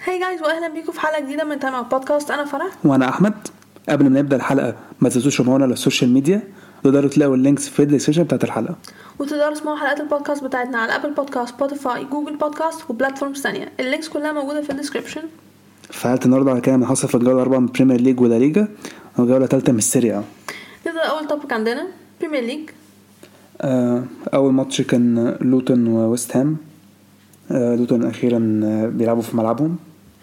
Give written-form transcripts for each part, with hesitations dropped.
هاي جايز واهلا بيكم في حلقه جديده من تايم اوت بودكاست. انا فرح وانا احمد. قبل ما نبدا الحلقه ما تنسوش تتابعونا على السوشيال ميديا، تقدروا تلاقوا اللينكس في الديسكربشن بتاعت الحلقه، وتقدروا تسمعوا حلقات البودكاست بتاعتنا على ابل بودكاست، سبوتيفاي، جوجل بودكاست وبلاتفورمز ثانيه. اللينكس كلها موجوده في الديسكربشن. فحلقه النهارده على كده هنحصل في الجوله 4 من بريمير ليج ولا ليجا، وجوله 3 من السيريا. نبدا اول توبيك عندنا بريمير ليج. اول ماتش كان لوتون وويست هام. لوتون اخيرا بيلعبوا في ملعبهم.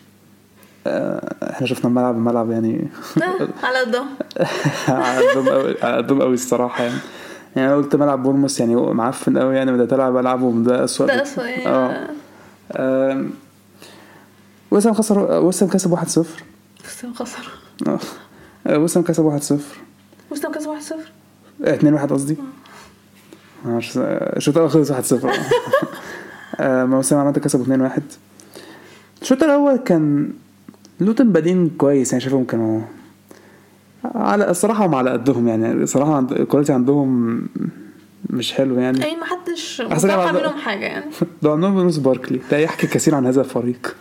احنا شفنا الملعب يعني على قدهم على قدهم قوي الصراحه يعني قلت ملعب بورموس يعني معفن قوي، يعني بدأت العب العبهم ده اسوء يعني. وسام خسر، وسام كسب 1-0. وسام خسر. وسام كسب 1-0. وسام كسب 1-0 2-1 قصدي. الشوط الاول خلص 1-0. ما وسام عمل كسبوا 2-1. الشوط الاول كان لوتن بادين كويس، يعني شايفهم كانوا على الصراحه هم على قدهم، يعني صراحه الكواليتي عندهم مش حلو يعني. اي ما حدش متوقع منهم حاجه يعني. ده عندهم بروس باركلي ده يحكي كثير عن هذا الفريق.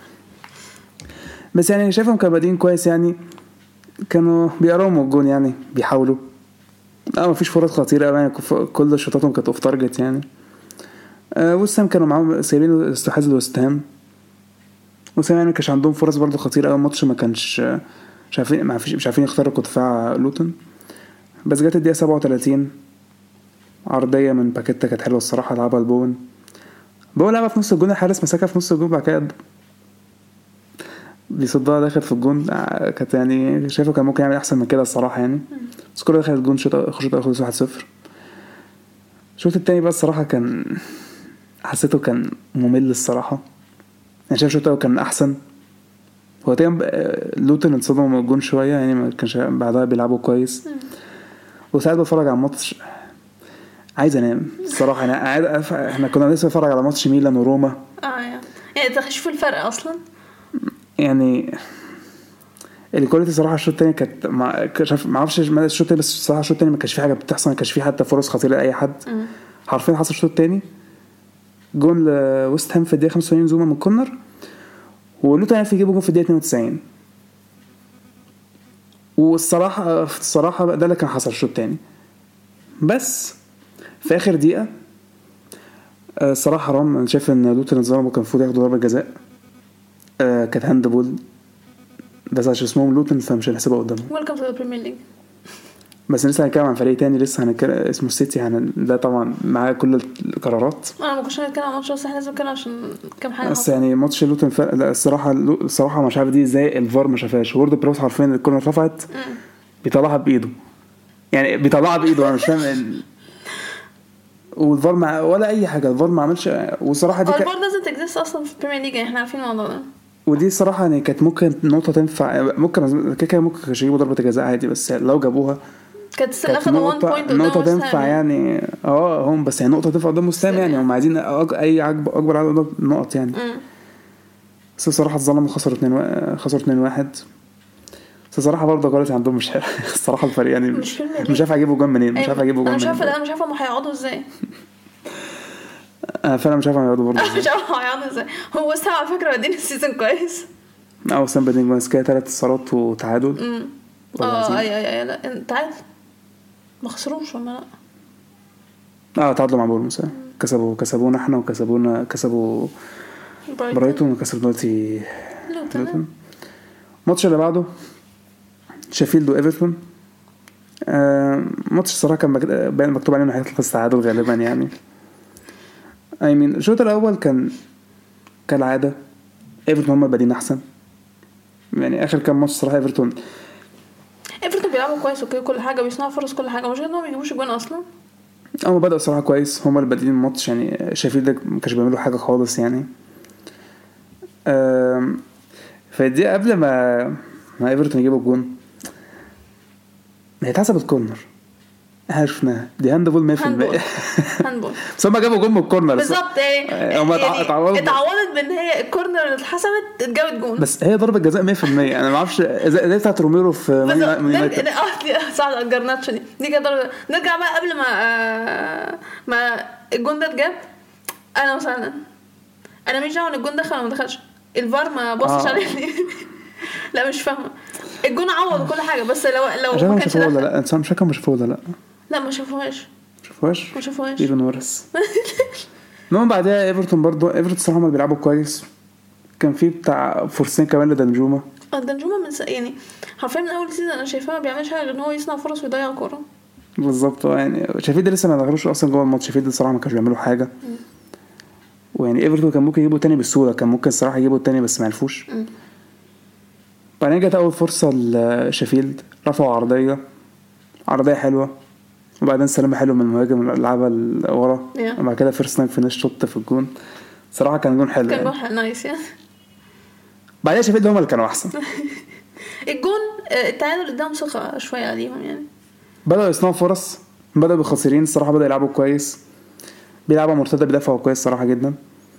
بس يعني شايفهم كانوا بادين كويس، يعني كانوا بيقرموا الجون، يعني بيحاولوا. ما فيش فرص خطيره قوي، يعني كل شوطاتهم كانت اوف تارجت يعني. وسام كانوا معاهم سايبين استحواذ لوستهام، وسام يعني كانش عندهم فرص برضو خطيره قوي. الماتش ما كانش مش عارفين يخترقوا دفاع لوتون. بس جت الدقيقه 37 عرضيه من باكيتا كانت حلوه الصراحه، لعبها البون لعبها في نص الجون، الحارس مسكها في نص الجون، بعد كده بيصدها داخل في الجون. كانت يعني شايفه كان ممكن يعمل احسن من كده الصراحه يعني. سكور دخل الجون، شوط خلص 1-0. الشوط التاني بقى الصراحه كان حسيته كان ممل الصراحه، يعني شايف الشوط كان احسن. هو تقريبا لوتن اتصدموا من الجون شويه، يعني ما كانش بعدها بيلعبوا كويس. وساعات بتفرج على الماتش عايز انام الصراحه. انا قاعد احنا كنا لسه بنتفرج على ماتش ميلان وروما. يعني تشوف الفرق اصلا، يعني الكواليتي صراحه الشوط الثاني كانت ما اعرفش مدى الشوط الثاني، بس الصراحه الشوط الثاني ما كانش في حاجه بتحصل، ما كانش في حتى فرص خطيره لاي حد. حرفيا حصل الشوط الثاني جون لويست هام في الدقيقه 85 زوما من كورنر، ولوتون عرف يجيبوا جون في الدقيقه 92. والصراحه ده اللي كان حصل الشوط الثاني. بس في اخر دقيقه الصراحه حرام، انا شايف ان لوتون اتظلموا، كان المفروض ياخدوا ضربه جزاء. كانت هاند بول، بس عشان اسمهم لوتون فمش هنحسبها قدامهم. ويلكم تو ذا بريمير ليج. بس لسه هنتكلم عن فريق تاني، لسه هنتكلم اسمه السيتي، ده طبعا معاه كل القرارات. انا ما كنتش هنتكلم عن ماتش، بس احنا لازم نتكلم عشان كام حاجه. بس يعني ماتش لوتون لا الصراحه مش عارف دي ازاي الفار ما شافهاش. وورد براوس حرفيا الكره اترفعت بيطلعها بايده، يعني بيطلعها بايده. انا مش فاهم والفار ولا اي حاجه، الفار ما عملش. والصراحه دي الفار لازم تكزيست اصلا في البريمير ليج، احنا عارفين الموضوع ده. ودي صراحه يعني كانت ممكن نقطه تنفع، ممكن كده ممكن يجيبوا ضربه جزاء عادي، بس لو جابوها كانت اخدوا 1 بوينت نقطه تنفع يعني. هم بس يعني نقطه تنفع قدام مسلم، يعني هم عايزين اكبر عدد نقط يعني. بس الصراحه اتظلموا، خسروا 2-1. بس الصراحه برضه كواليتي عندهم مش الصراحه الفريق يعني مش عارف اجيبوا جون منين، مش عارف اجيبوا جون منين. انا مش عارفه هم هيقعدوا ازاي. انا فعلا مش عارف يقعدوا برضه مش عارفه هيقعدوا ازاي. هو ساعه على فكره بادين السيزون كويس. سام بادين كويس كده، 3 انتصارات وتعادل. اي لا تعادل، ما خسروش ولا لا. تعادلوا مع بورموس. كسبونا احنا كسبوا برايتون وكسبوا دلوقتي لوتون. الماتش اللي بعده شيفيلد وايفرتون. ماتش الصراحه كان مكتوب عليه انه هيخلص تعادل غالبا يعني. الشوط الاول كان كالعاده ايفرتون هم بادين احسن، يعني اخر كام ماتش صراحه ايفرتون بيلعبوا كويس وكل حاجه، بيصنعوا فرص كل حاجه، مش غير انهم بيجيبوش جوان اصلا. هم بدأوا صراحه كويس، هم اللي بادين الماتش يعني. شيفيلد ما كانش بيعملوا حاجه خالص يعني. فدي قبل ما ايفرتون يجيبوا الجون هي اتحسبت كورنر، عرفنا دي هاند بول 100%. بس هم جابوا جون من الكورنر بالظبط. هم اتعوضت بان هي الكورنر اللي اتحسبت اتجابت جون، بس هي ضربه جزاء 100%. انا ما اعرفش زي بتاعه روميرو في صعد الجرناتشو دي كده ضربه. نرجع بقى قبل ما الجون ده اتجاب. انا مثلا مش دعوه ان الجون دخل ولا ما دخلش، الفار ما بصش عليه لا مش فاهمه. الجون عوض وكل حاجه، بس لو ما كانش ولا لا انسان مش فاكر، مش شافوه ولا لا. لا ما شافوهاش. ما شافوهاش ايفن ورث. المهم بعدها ايفرتون، برضو ايفرتون صراحه ما بيلعبوا كويس. كان في بتاع فرصتين كمان لدنجوما. دنجوما يعني حرفيا من اول سيزون انا شايفاه ما بيعملش حاجه غير ان هو يصنع فرص ويضيع كوره. بالظبط يعني شافيد لسه ما دخلوش اصلا جوه الماتش. شافيد الصراحه ما كانش بيعملوا حاجه. ويعني ايفرتون كان ممكن يجيبوا تاني بالسهوله، كان ممكن الصراحه يجيبوا التاني بس ما عرفوش. بعدين جت اول فرصه لشافيلد، رفعوا عرضيه حلوه، وبعدين سلام حلو من المهاجم لعبها ورا. وبعد كده فيرست تايم فينيش شوت في الجون. صراحه كان جون حلو، كان جون نايس يعني. بعدين شافيلد هم اللي كانوا احسن. الجون التعادل قدام ثقه شويه عليهم يعني. بدأوا يصنعوا فرص، بدأوا بخسرين الصراحه، بدأوا يلعبوا كويس، بيلعبوا مرتده، بيدافعوا كويس صراحه جدا.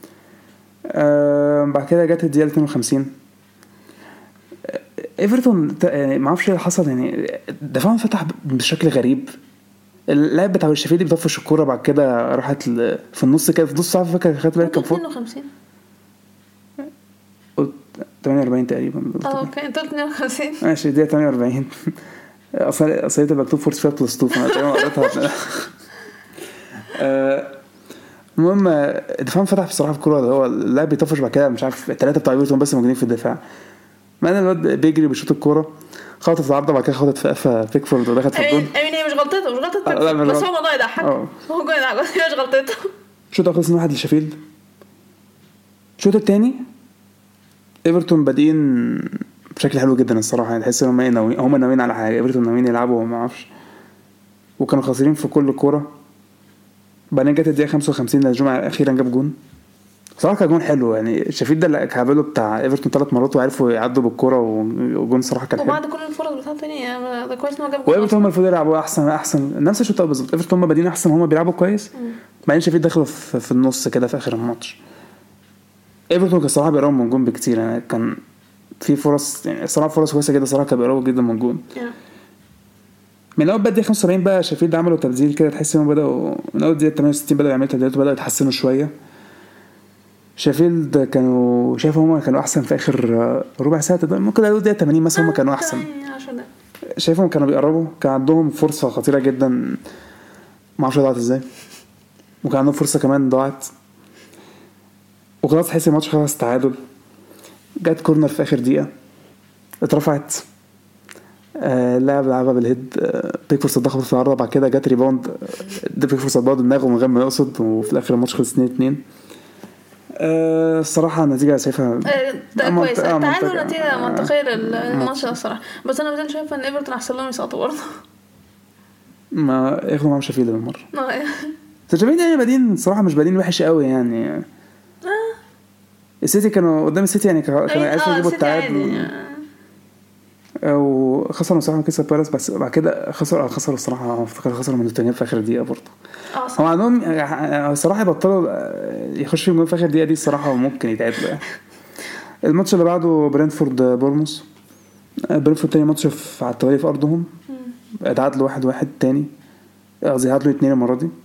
بعد كده جت الدقيقه 52. ايفرتون يعني ما اعرفش ايه اللي حصل، يعني دفاعهم فتح بشكل غريب. اللاعب بتاع الشفيدي بيطفش الكوره، بعد كده راحت في النص كده في نص ساعه، فاكر خدت بالك كام فوق 52 48 تقريبا. اوكي 52 ماشي دي 48. اصلا مكتوب فورس فيها بلس 2 انا تقريبا قريتها. المهم الدفاع فتح بصراحه في الكوره، هو اللاعب بيطفش بعد كده مش عارف 3 بتاع ايفرتون بس موجودين في الدفاع. ما الواد بيجري بيشوط الكوره، خبطت في العارضه، بعد كده خبطت في قفا بيكفورد ودخلت في الجون. هي مش غلطته بس هو موضوع يضحك. هو جون يضحك بس مش غلطته. شوط اخلص 1 لشفيلد. الشوط الثاني ايفرتون بادئين بشكل حلو جدا الصراحه، يعني تحس انهم ناويين على حاجه. ايفرتون ناويين يلعبوا ما اعرفش، وكانوا خاسرين في كل كوره. بعدين جت الدقيقه 55 الجمعه اخيرا جاب جون. صراحه كان جون حلو، يعني شفيد ده اللي كعبله بتاع ايفرتون 3 مرات وعرفوا يعدوا بالكوره، وجون صراحه كان حلو. وبعد كل الفرص بتاعته تاني ده كويس انه جاب جون. وايفرتون هم المفروض يلعبوا احسن نفس الشوط بالظبط. ايفرتون هم بادين احسن، هم بيلعبوا كويس. بعدين شفيد دخلوا في النص كده في اخر الماتش. ايفرتون كان صراحه بيقربوا من جون بكتير، يعني كان في فرص، يعني صراحه فرص كويسه جدا صراحه، كان بيقربوا جدا من جون. من اول بدايه 75 بقى شفيد عملوا تبديل كده، تحس انهم بداوا من اول دقيقه 68 بداوا يعملوا تبديلات وبداوا يتحسنوا شويه. شيفيلد شايفوا هم كانوا احسن في اخر ربع ساعه، ممكن قالوا دقيقه 80 مثلا هم كانوا احسن. شايفهم كانوا بيقربوا، كان عندهم فرصه خطيره جدا ما اعرفش ضاعت ازاي، وكان عندهم فرصه كمان ضاعت، وخلاص حس الماتش خلاص تعادل. جت كورنر في اخر دقيقه اترفعت، اللاعب لعبها بالهيد، بيكفورد ضغط في العرضه، بعد كده جت ريباوند، بيكفورد بعد دماغه من غير ما يقصد، وفي الاخر الماتش خلص 2-2. الصراحه النتيجه شايفها كويس، تعادل نتيجه منطقيه للماتش الصراحه. بس انا بدل شايفه ان ايفرتون احسن لهم يسقطوا برضه، ما ياخدوا معاهم شفيلد بالمره. شفيلد يعني بادين صراحه مش بادين وحش قوي يعني. السيتي كانوا قدام السيتي يعني كانوا عايزين يجيبوا التعادل، وخسروا صراحه كسب بالاس، بس بعد كده خسروا الصراحه، خسروا من نوتنجهام في اخر دقيقه برضه. هم عندهم صراحه يبطلوا يخش في اخر دقيقه دي الصراحه، ممكن يتعادلوا يعني. الماتش اللي بعده برينتفورد بورموث. برينتفورد تاني ماتش على التوالي في ارضهم، اتعادلوا 1-1 تاني، قصدي اتعادلوا 2 المره دي.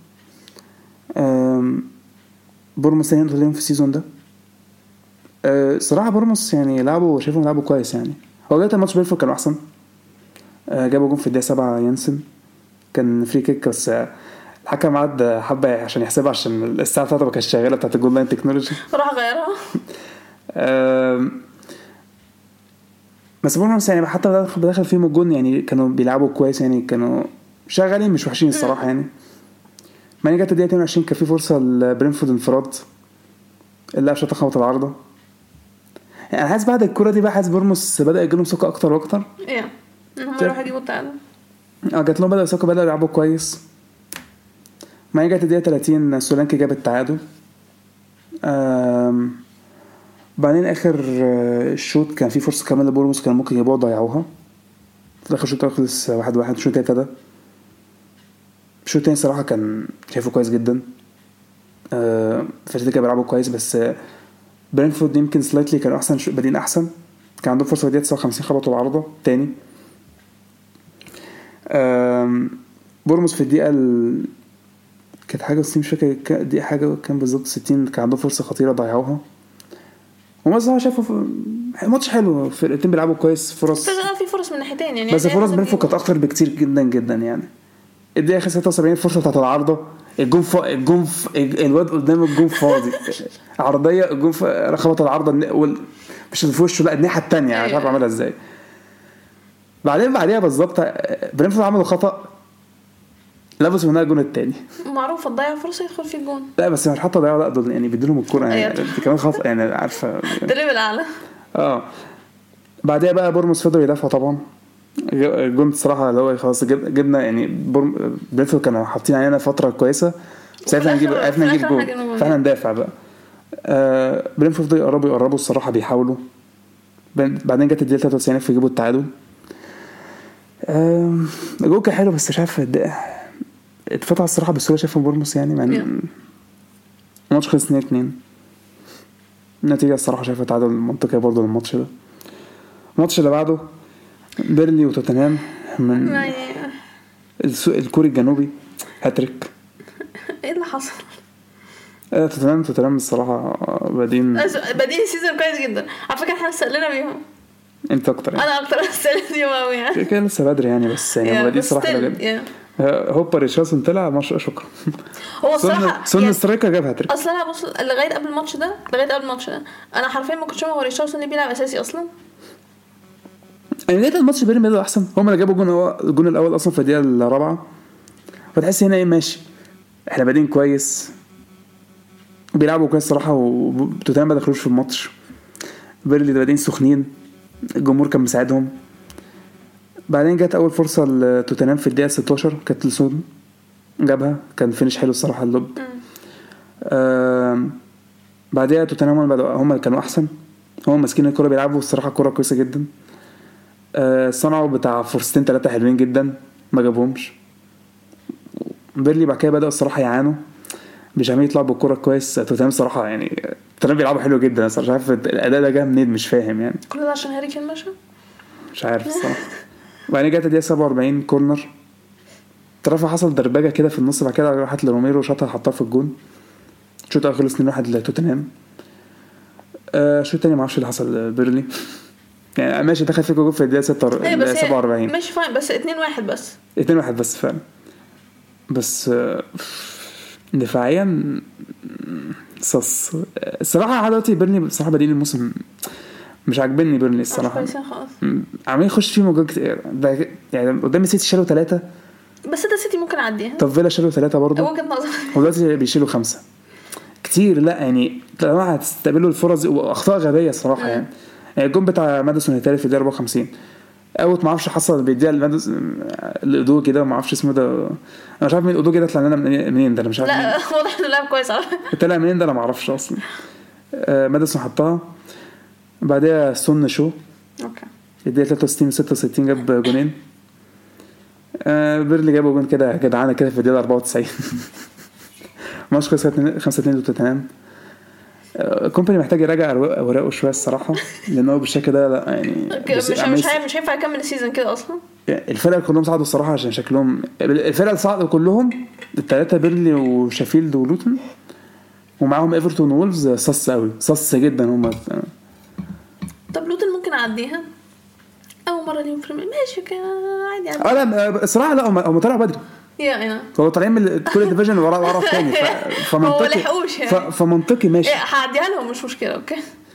بورموث تاني نقطتين في السيزون ده. صراحه بورموث يعني لعبوا، شايفهم لعبوا كويس يعني. هو جات الماتش برينتفورد كانوا احسن، جابوا جون في الدقيقه 7 يانسن، كان فري كيك، بس الحكم عاد حبه عشان يحسبها، عشان الساعه بتاعته ما كانتش شغاله بتاعه الجول لاين تكنولوجي، راح غيرها. بس بورموث يعني حتى دخل فيهم الجون، يعني كانوا بيلعبوا كويس، يعني كانوا شغالين مش وحشين الصراحه يعني. ما جت الدقيقه 22 كان في فرصه لبرينتفورد انفراد، اللي شاط خبط العارضه. يعني حاسس بعد الكره دي بقى حاسس بورموث بدا يجيلهم ثقه اكتر واكتر، هم يروحوا يجيبوا التعادل. جات لهم بدأوا ثقه، بدأوا يلعبوا كويس. ما جت الدقيقه 30 سولانكي جاب التعادل. بعدين اخر الشوط كان في فرصه كمان لبورموث، كان ممكن يبقوا ضيعوها في اخر الشوط، خلص 1-1. الشوط الثاني الشوط الثاني صراحه كان شايفه كويس جدا، فرقتين بيلعبوا كويس، بس برينتفورد يمكن سلايتلي كانوا احسن، بادين احسن، كان عندهم فرصه في الدقيقه 59 خبطوا العارضه تاني. بورموث في الدقيقه كانت حاجه 60 مش فاكر دي حاجه كان بالظبط 60، كان عندهم فرصه خطيره ضيعوها. ومصر شافوا ماتش حلو، فرقتين بيلعبوا كويس، فرص في فرص من ناحيتين يعني، بس فرص بنفيكا كانت اكتر بكتير جدا جدا يعني. الدقيقه 76 فرصه بتاعت العارضه، الواد قدام الجون فاضي عرضيه، الجون خبط العارضه مش في وشه، لا الناحيه الثانيه، مش عارف اعملها ازاي. بعدين بالظبط برينفورد عملوا خطا لبس منها الجون الثاني، معروف تضيع فرصه يدخل في الجون. لا بس مش حتى ضيعوا، لا دول يعني بيديلهم الكوره يعني كمان خطا يعني، عارفه ده ليفل اعلى. بعدها بقى بورموس فضلوا يدافعوا طبعا. الجون الصراحه اللي هو خلاص جبنا يعني برينفورد كانوا حاطين علينا فتره كويسه، ساعتها عرفنا نجيب جول، فاحنا ندافع بقى. برينفورد يقربوا الصراحه، بيحاولوا. بعدين جت الدقيقه 93 في يجيبوا التعادل. الجول كان حلو بس مش عارف اتفتح الصراحه بسهوله، شايفهم بورموس يعني الماتش خلص 2-2. النتيجه الصراحه شايفها تعادل منطقي برضه للماتش ده. الماتش اللي بعده بيرلي وتوتنهام من الكوري الجنوبي، هاتريك. ايه اللي حصل؟ توتنهام الصراحه بادين السيزون كويس جدا على فكره، احنا سألنا بيهم. انت اكتر يعني. انا اكتر سألت بيهم قوي يعني، كان لسه بدري يعني، بس يعني بادين الصراحه جدا. هوبا ريتشاردسون طلع، مش شكرا. هو الصراحه سون سترايكر جاب هاتريك. اصلا انا بص لغايه قبل الماتش ده انا حرفيا ما كنتش هو ريتشاردسون اللي بيلعب اساسي اصلا. يعني لقيت الماتش بيراميدز احسن، هم اللي جابوا الجون الاول اصلا في الدقيقه الرابعه، فتحس هنا ايه ماشي، احنا بادين كويس، بيلعبوا كويس صراحه، وتوتنهام ما دخلوش في الماتش. بيرلي بادين سخنين، الجمهور كان مساعدهم. بعدين جت اول فرصه لتوتنهام في الدقيقه 16، كانت لسون جابها، كان فينش حلو الصراحه اللوب. بعدها توتنهام هم اللي كانوا احسن، هم ماسكين الكره بيلعبوا الصراحه كره كويسه جدا. صنعوا بتاع فرصتين 3 حلوين جدا ما جابهمش. بيرلي بعد كده بدأوا الصراحه يعانوا، مش عارفين يطلعوا بالكره كويس. توتنهام الصراحه يعني توتنهام بيلعبوا حلو جدا، انا مش عارف الاداء ده جه منين، مش فاهم يعني. كل ده عشان هاري كين ماشي، مش عارف الصراحه. وبعدين جت الدقيقه 47 كورنر، طرف حصل دربجه كده في النص، بعد كده راحت لروميرو شاطها حطها في الجون. الشوط الاول خلص 2-1 لتوتنهام. الشوط الثاني ما اعرفش اللي حصل بيرلي يعني، ماشي دخل فيك جول في الدقيقه 47 ماشي فاين، بس 2-1 بس فعلا. بس دفاعيا صص الصراحه. دلوقتي بيرلي بصراحه بديل الموسم مش عاجبني، بيرلي الصراحه عمالين يخش فيه موجود كتير يعني. قدام السيتي شالوا 3، بس ده السيتي ممكن اعديها. طب فيلا شالوا 3 برضه، وجهة نظر. ودلوقتي بيشيلوا 5 كتير. لا يعني طبعا هتستقبلوا الفرص واخطاء غبيه الصراحه يعني. الجون بتاع ماديسون الثالث في الدقيقه 54 اوت، ما اعرفش حصل بيديها الادو كده، ما اعرفش اسمه ده، انا مش عارف مين الادو كده طلع لنا منين ده، انا مش عارف. لا واضح انه لاعب كويس على طلع منين ده، انا ما اعرفش اصلا. ماديسون حطها، بعدها سون شو اوكي الدقيقه 63 66 جاب جونين. بيرلي جابوا جون كده جدعانه كده في الدقيقه 94. ماتش 5-2 لتوتنهام. كومباني محتاج يراجع اوراقه شويه الصراحه، لانه بالشكل ده لا يعني مش هينفع يكمل السيزون كده اصلا. الفرق كلهم صعدوا الصراحه عشان شكلهم، الفرق اللي صعدوا كلهم الثلاثه بيرلي وشافيلد ولوتون، ومعاهم ايفرتون وولفز صص قوي، صص جدا هم. طب لوتون ممكن اعديها اول مره ليهم في ماشي كده عادي. لا الصراحه لا، هم طلعوا بدري يعني هو طالعين من كل الديفيجن ورا الثاني، فمنطقي يعني. فمنطقي ماشي، هعديها لهم مش مشكله. اوكي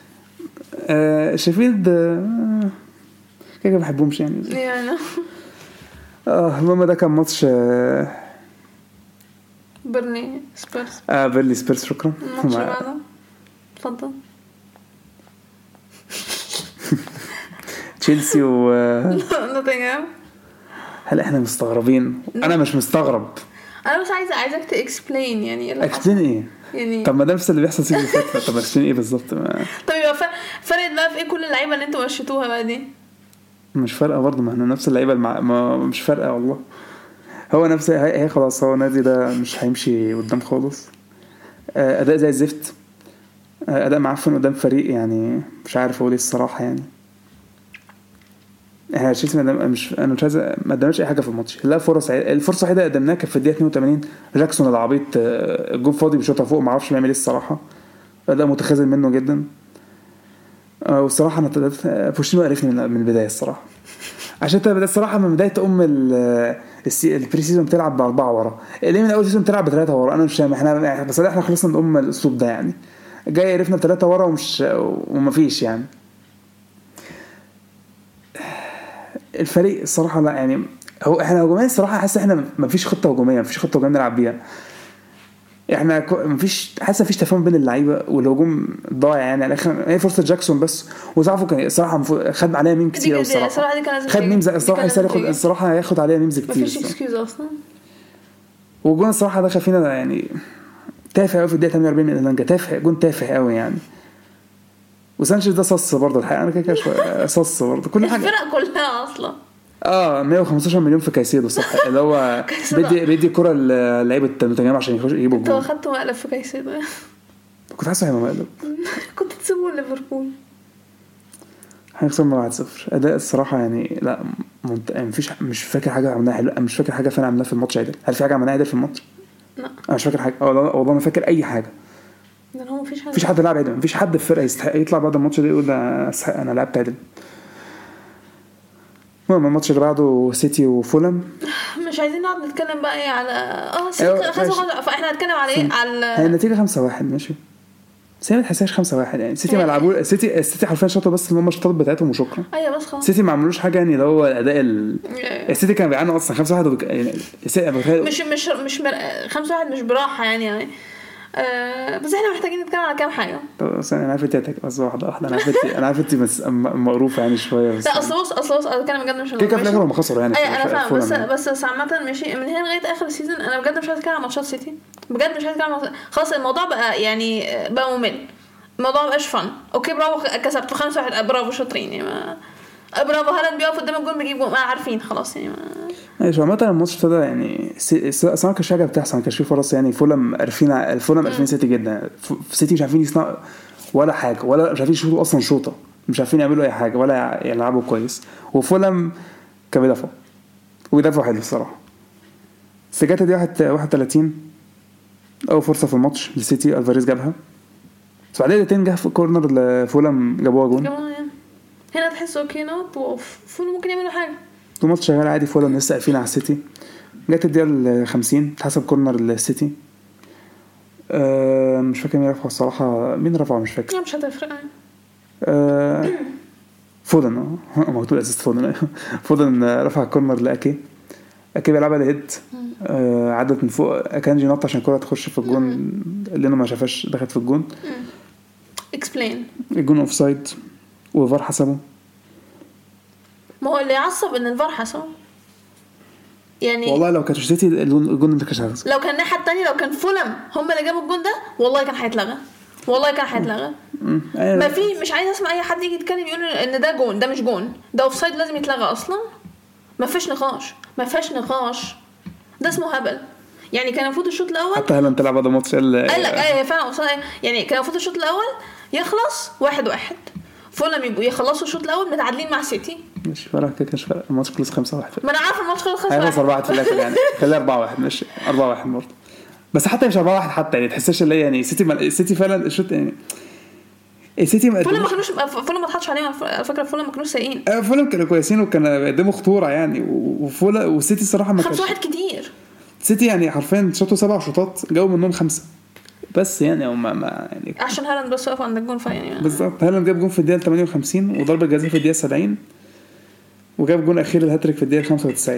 شافيلد كده ما بحبهمش يعني. المهم ده كان ماتش بيرلي سبيرز. بيرلي سبيرز. شكرا. الماتش بعده اتفضل. تشيلسي و نوتنغهام. هل احنا مستغربين؟ انا مش مستغرب، انا بس عايزك تاكسبلين يعني اكسبلين ايه يعني. طب ما ده نفس اللي بيحصل سيزون فات. طب اكسبلين ايه بالظبط؟ طب يبقى فرق بقى في ايه كل اللعيبه اللي انتوا مشيتوها بقى دي؟ مش فارقه برضه، ما احنا نفس اللعيبه مش فارقه والله. هو نفس هي خلاص، هو النادي ده مش هيمشي قدام خالص. اداء زي الزفت، اداء معفن قدام فريق يعني مش عارف اقول ايه الصراحه يعني. احنا تشيلسي انا مش عايز ما قدمناش اي حاجه في الماتش. لا الفرصه الوحيده قدمناها كانت في الدقيقه 82 جاكسون العبيط، الجون فاضي بيشوطها فوق، ما اعرفش بيعمل ايه الصراحه. اداء متخاذل منه جدا. والصراحه انا بوشينو عرفني من البدايه الصراحه، عشان انت بدأت الصراحه من بدايه البري سيزون بتلعب باربعه ورا، اللي من اول سيزون بتلعب بثلاثه ورا. انا مش فاهم احنا بس احنا خلصنا من الاسلوب ده يعني، جاي عرفنا بثلاثه ورا ومفيش يعني. الفريق الصراحه لا يعني هو احنا هجوميا الصراحه حاسس احنا مفيش خطه هجوميه، مفيش خطه هجوميه نلعب بيها. احنا مفيش، حاسس مفيش تفاهم بين اللعيبه والهجوم ضايع يعني. على الاخر هي فرصه جاكسون بس، وزعفوا كان الصراحه خد عليها ميم كتير الصراحه، خد ميم الصراحه ياخد الصراحه هياخد عليها ميمز كتير، مفيش اكسكيوز اصلا. وجون الصراحه دخل فينا يعني تافه قوي في الدقيقه 48 من الانجا، تافه، جون تافه قوي يعني. وسانشيز ده صص برضه الحقيقه، انا كده شويه صص برضه كل حاجه، الفرق كلها اصلا 115 مليون في كايسيدو صح، اللي هو بيدي كرة للعيبه المتجمع عشان يجيبوا الجول. انت اخدت مقلب في كايسيدو كنت حاسس هيبقى مقلب كنت تسيبه ليفربول. هنخسر 1-0. اداء الصراحه يعني لا مفيش، مش فاكر حاجه عملناها حلوه، مش فاكر حاجه فعلا عملناها في الماتش عدل. هل في حاجه عملناها عدل في الماتش؟ لا انا مش فاكر حاجه والله ما فاكر اي حاجه. ده هو مفيش حد لعب عدل، مفيش حد في الفرقه يستحق يطلع بعد الماتش ده يقول انا لعبت عدل. الماتش اللي بعده سيتي وفولم. مش عايزين نقعد نتكلم بقى ايه على سيتي فاحنا هنتكلم على ايه، على هي النتيجه 5-1 ماشي، سيتي ما تحسهاش 5-1 يعني. سيتي ما لعبوا، سيتي حرفيا شاطوا بس ان هم الشوط بتاعتهم وشكرا. ايوه بس خلاص سيتي ما عملوش حاجه يعني، ده هو الاداء السيتي كان بيعانوا اصلا 5-1 يعني مش 5-1 مش براحه يعني. بس احنا محتاجين نتكلم على كام حاجه. بس انا عارف تاتك بس واحده انا عرفت بس مقروفه يعني شويه بس. لا اصل انا كان بجد مش كده في الاخر هم خسروا يعني. انا فاهم بس عامه ماشي من هنا لغايه اخر السيزون. انا بجد مش عايز اتكلم عن ماتشات سيتي، بجد مش عايز اتكلم خلاص. الموضوع بقى يعني بقى ممل، الموضوع مبقاش فن. اوكي برافو كسبتوا 5-1 برافو شاطرين يعني، برافو هالاند بيقف قدام الجون بيجيب جون، ما عارفين خلاص يعني. ايش عامه الماتش ابتدى يعني اصلا كان حاجه بتحصل، كان في فرص يعني. فولم عارفين سيتي جدا، سيتي مش عارفين يصنعوا ولا حاجه، ولا مش عارفين يشوطوا اصلا شوطه، مش عارفين يعملوا اي حاجه ولا يلعبوا كويس. وفولم كان بيدافعوا حلو الصراحه. سجاته دي 31 اول فرصه في الماتش للسيتي، الفاريز جابها بس بعدين التاني جه في كورنر لفولم جابوها جون. هنا تحس اوكي نوت فولم ممكن يعملوا حاجه. الماتش شغال عادي، فولم لسه قافلين على السيتي. جت الدقيقه 50 اتحسب كورنر للسيتي. مش فاكر مين رفعه الصراحه، مين رفعه مش فاكر. مش هتفرق فودن مكتوب اسيست فودن رفع كورنر لاكي بيلعبها لهيد. عدت من فوق، كانجي نط عشان الكره تخش في الجون اللي انا ما شافهاش، دخلت في الجون. اكسبلين الجون اوف سايد وفار حسبه. ما هو اللي يعصب ان الفار حسبه يعني. والله لو كانت سيتي الجون اللي كان شغال، لو كان الناحيه الثانيه، لو كان فولم هم اللي جابوا الجون ده والله كان هيتلغى، ما في. مش عايز اسمع اي حد يجي يتكلم يقول ان ده جون، ده مش جون، ده اوف سايد لازم يتلغى اصلا. ما فيش نقاش ده اسمه هبل يعني. كان المفروض الشوط الاول حتى هلا تلعب هذا الماتش قال لك فعلا يعني. كان المفروض الشوط الاول يخلص 1-1، فولم يبقوا يخلصوا الشوط الاول متعادلين مع سيتي. مش فرق كاش فرق، الماتش خلص 5-1. ما انا عارف الماتش خلص 5-1 4-1 في الاخر يعني. خلى 4-1 مش 4-1 برضه، بس حتى مش 4-1 حتى يعني. تحسش اللي يعني سيتي فعلا الشوط يعني. السيتي فولم ما اتحطش عليهم على فكره. فولم ما كانوش سيئين، فولم كانوا كويسين وكانوا بيقدموا خطوره يعني. والسيتي الصراحه ما كانش 5-1 كتير. سيتي يعني حرفيا شاطوا 7 شوطات جاوا منهم 5 بس يعني. هم ما يعني عشان هالاند بس وقف عند الجون يعني. بالظبط، هالاند جاب جون في الدقيقه 58 وضربه جزاء في الدقيقه 70 وجاب جون اخير الهاتريك في الدقيقه 95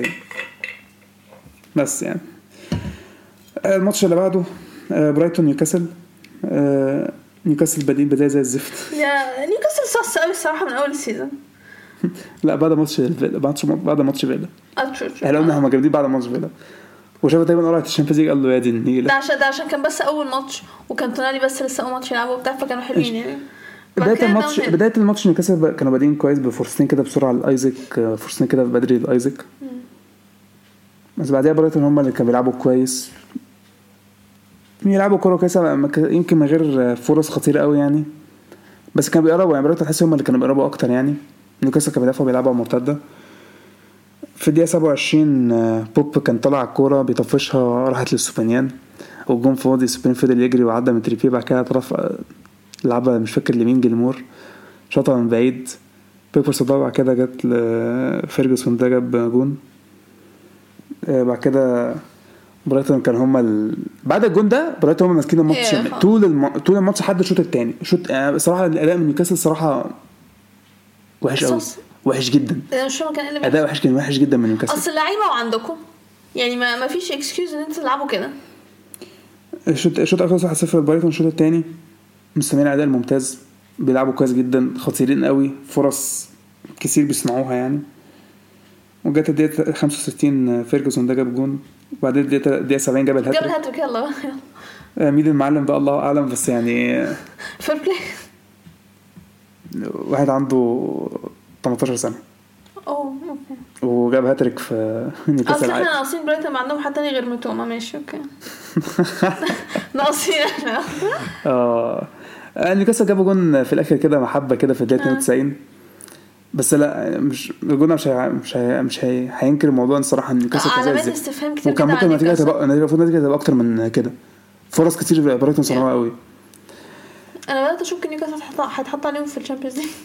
بس يعني. الماتش اللي بعده برايتون نيوكاسل. نيوكاسل بدايه زي الزفت. يا نيوكاسل صص قوي الصراحه من اول السيزون. لا بعد ماتش فيلا احنا قلنا هم جامدين بعد ماتش فيلا. وشافه دايما قرعه الشامبيونز ليج قال له يا دي النيله. ده عشان كان بس اول ماتش، وكان تونالي بس لسه اول ماتش يلعبوا وبتاع، فكانوا حلوين يعني. بدايه الماتش نيوكاسل كانوا بادئين كويس بفرصتين كده بسرعه لايزاك، فرصتين كده بدري لايزاك. بس بعدها برايتون هم اللي كانوا بيلعبوا كويس، يلعبوا كوره كويسه يمكن من غير فرص خطيره قوي يعني. بس كانوا بيقربوا يعني. برايتون تحس هم اللي كانوا بيقربوا اكتر يعني. نيوكاسل كانوا بيدافعوا بيلعبوا مرتده. في الدقيقه 27 بوب كان طلع الكوره بيطفشها راحت للسوبانيان والجون فاضي. سوبانيان فضل يجري وعدى من تريبيه، بعد كده طرف لعبها مش فاكر لمين جلمور شاطها من بعيد، بيكفورث ضيع كده، جت لفيرجسون ده جاب جون. بعد كده برايتون كان هما بعد الجون ده برايتون هما ماسكين الماتش طول الماتش لحد الشوط الثاني. صراحه الاداء من نيوكاسل صراحه وحش قوي، وحش جدا. مش فاهم كان اداء وحش، كان وحش جدا من نيوكاسل. اصل اللعيبه وعندكم يعني ما فيش اكسكيوز ان انتوا تلعبوا كده. الشوط الاول 1-0 برايتون. الشوط الثاني مستمرين اداء ممتاز، بيلعبوا كويس جدا، خطيرين قوي، فرص كتير بيصنعوها يعني. وجت الدقيقه 65 فيرجسون ده جاب جون، وبعدين الدقيقه 70 جاب الهاتريك. يلا مين المعلم بقى الله اعلم، بس يعني فير بلاي. واحد عنده 18 سنه اوكي، وجاب هاتريك في نيوكاسل. اصل احنا ناقصين برايتون ما عندهم حد تاني غير متوما. ماشي اوكي. ناقصين احنا. نيوكاسل جابوا جون في الاخر كده محبه كده في الدقيقه 92. بس لا، مش الجون مش هينكر الموضوع الصراحه ان نيوكاسل علامات استفهام كتير وكان ممكن النتيجه تبقى اكتر من كده. فرص كتير برايتون صنعوها قوي. انا بدات اشك ان نيوكاسل هتحط عليهم في الشامبيونز ليج.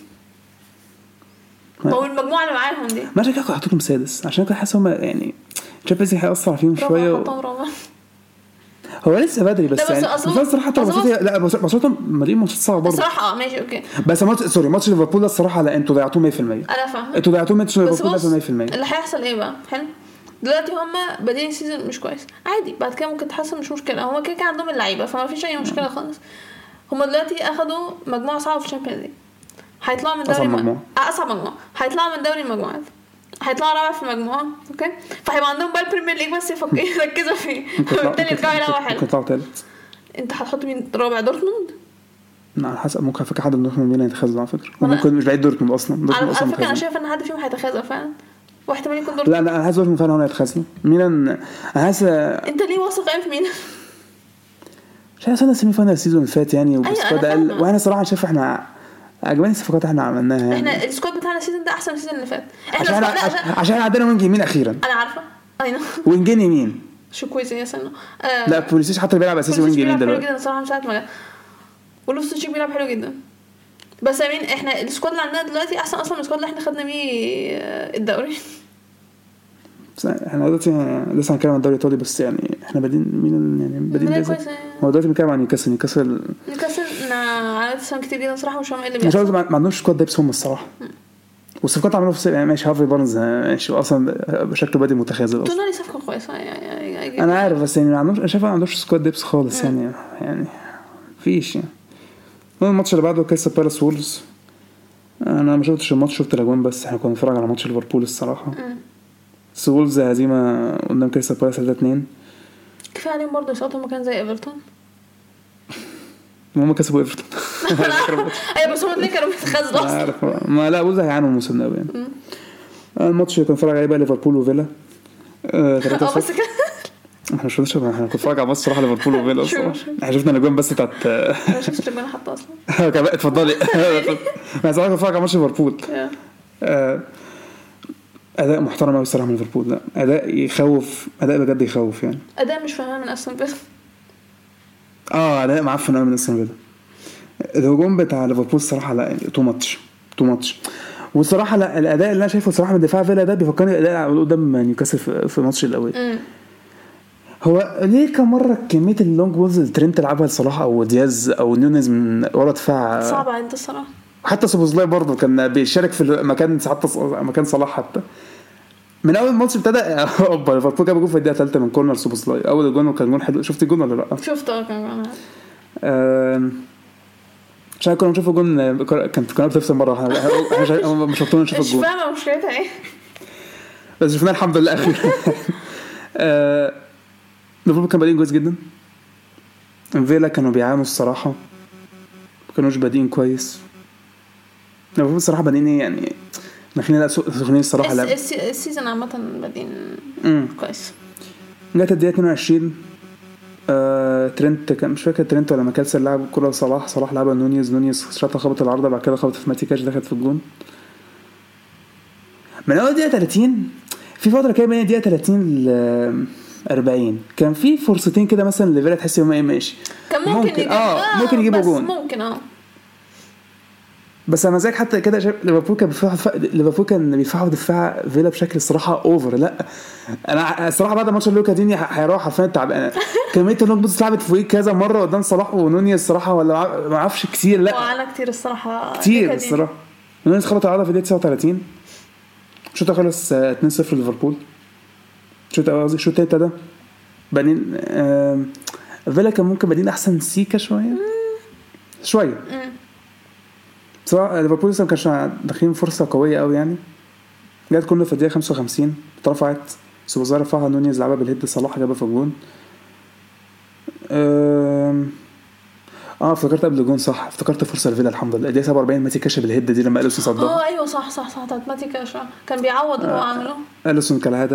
هو المجموعه اللي معاهم دي ما رجعوا حطوهم سادس عشان كده حاسس هم يعني الشامبيونز ليج هيأثر فيهم شويه. هو لسه بدري بس يعني الصراحه حتى لا بصراحه مدريد ماتش صعب برضه الصراحه. ماشي اوكي، بس ماتش ليفربول الصراحه لا انتوا ضيعتوه 100%. انا فاهم انتوا ضيعتوه ماتش ليفربول 100%. اللي هيحصل ايه بقى؟ حلو دلوقتي هم بادئين السيزون مش كويس، عادي بعد كده ممكن تحسن، مش مشكله. هم كده عندهم اللعيبه فما فيش اي مشكله خالص. هم دلوقتي اخدوا مجموعه صعبه في الشامبيونز ليج، هيطلعوا من دوري اصعب مجموعه، هيطلعوا من دوري المجموعات، هيطلعوا رابع في المجموعه. اوكي، فهيبقى عندهم بقى البريمير ليج بس يركزوا فيه. بالتالي يرجعوا يلعبوا حلو. يطلعوا ثالث. انت هتحط مين رابع؟ دورتموند؟ على حسب، ممكن فكره حد من دورتموند مين هيتخاذل على فكره، وممكن مش بعيد دورتموند اصلا. على فكره انا شايف ان حد فيهم هيتخاذل فعلا، واحتمال يكون دورتموند. لا انا عايز دورتموند فعلا هو هيتخاذل. ميلان انا حاسس انت ليه واثق قوي في ميلان؟ مش عارف، انا السيمي فاينال السيزون اللي فات يعني والسكواد قال، وانا صراحه شايف احنا عجباني الصفقات احنا عملناها يعني. احنا السكواد بتاعنا السيزون ده احسن السيزون اللي فات. احنا عشان عندنا وينج يمين اخيرا. انا عارفه ايوه وينجين يمين شو كويس يا سنه. لا بوليسيش حتى بيلعب اساسي وينج يمين دلوقتي جدا صراحه، مش عارف ما ولوفس تشيك بيلعب حلو جدا. بس امين احنا السكواد اللي عندنا دلوقتي احسن اصلا من السكواد اللي احنا خدنا بيه الدوري. احنا دلوقتي لسه هنتكلم عن الدوري الايطالي، بس يعني احنا بادين مين يعني بادين كويس. هو دلوقتي بنتكلم عن نيوكاسل على اسم كتير جدا صراحه، مش فاهم ايه اللي بيحصل. مش ما عندهمش سكواد دايبس هم الصراحه، والصفقات عملوها في يعني ماشي. هافي بارنز ماشي اصلا بشكل بادي متخاذل اصلا. تونالي صفقه كويسه يعني انا عارف، بس يعني ما عندهمش، شايف ما عندهمش سكواد ديبس خالص يعني فيش يعني. الماتش اللي بعده كاس بالاس وولفز، انا ما شفتش الماتش، شفت الاجوان بس. احنا كنا بنتفرج على ماتش ليفربول الصراحه. وولفز هزيمه قدام كاس بالاس 3-2. كفايه عليهم برضه يسقطوا مكان زي ايفرتون. هم كسبوا ايفرتون. ايوه بس هم اللي كانوا بيتخاذلوا اصلا. عارف ما لا وولفز هيعانوا الموسم ده يعني. الماتش اللي كنا بنتفرج عليه بقى ليفربول وفيلا 3-0. بس كده احنا مش شفنا، احنا كنا بنتفرج على ماتش صراحه ليفربول وفيلا اصلا. احنا شفنا الاجوان بس بتاعت انا شفت الاجوان حتى اصلا. اتفضلي. انا صراحه بتفرج على ماتش ليفربول. اداء محترم قوي الصراحه من ليفربول. لا اداء يخوف، اداء بجد يخوف يعني. اداء مش فاهمه من استون فيلا. اداء معفن قوي من استون فيلا. الهجوم بتاع ليفربول الصراحه لا يعني تو ماتش. والصراحه لا الاداء اللي انا شايفه الصراحه من دفاع فيلا ده بيفكرني الاداء قدام نيوكاسل في ماتش الاول. هو ليه كم مره كميه اللونج بولز الترنت لعبها لصلاح او دياز او نونيز من ورا دفاع صعبه انت الصراحه. حتى سوبوزلاي برضه كان بيشارك في مكان مكان صلاح. حتى من اول الماتش ابتدى اوبا ليفربول جاب جول في الدقيقه 3 من كورنر سوبوزلاي. اول جول كان جول حلو. شفت الجول ولا لا؟ شفته كان عشان كنا نشوف الجول كانت قناه بتفصل مره. احنا مش شفتونا نشوف الجول، مش فاهمه مشكلتها ايه، بس شفناه الحمد لله اخيرا. ليفربول كان بادئين كويس جدا. فيلا كانوا بيعانوا الصراحه، ما كانوش بادئين كويس. ليفربول الصراحه بادئين يعني داخلين سخنين الصراحه. لا السيزون عامه بادئين كويس. جت الدقيقه 22 ترنت كان مش فاكر ترنت ولا ماكالسر لعب كره صلاح لعبها نونيز شاطها خبط العارضه، بعد كده خبطت في ماتيكاش دخلت في الجون. من اول دقيقه 30 في فتره كده بين الدقيقه 30 ل 40 كان في فرصتين كده مثلا ليفيرا تحس انه ماشي كان ممكن يجيبوا جون. ممكن بس انا زيك حتى كده شايف ليفربول كان بيدفعوا دفاع فيلا بشكل الصراحه اوفر. لا انا الصراحه بعد ماتش لوكا ديني هيروح حرفيا تعبان. كميه النقط بص لعبت فوق كذا مره قدام صلاح ونونيز الصراحه ولا ما اعرفش كتير. لا وعلى كتير الصراحه كتير الصراحه. نونيز خبط العرضه في الدقيقه 39 شوط خلص 2-0 ليفربول. شوط التالت ده بعدين فيلا كان ممكن بعدين احسن سيكا شويه صراحه. ليفربول لسه ما كانش داخلين فرصه قويه قوي يعني. جت كنا في الدقيقه 55 اترفعت سوبوزار رفعها نونيز لعبها بالهيد صلاح جابها في الجون. افتكرت قبل الجون صح افتكرت فرصه لفيلا الحمد لله الدقيقه 47 ماتي كاشا بالهيد دي لما اليسون صدها. ايوه صح بتاعت ماتي كاشا كان بيعوض اللي هو عمله. اليسون كالعاده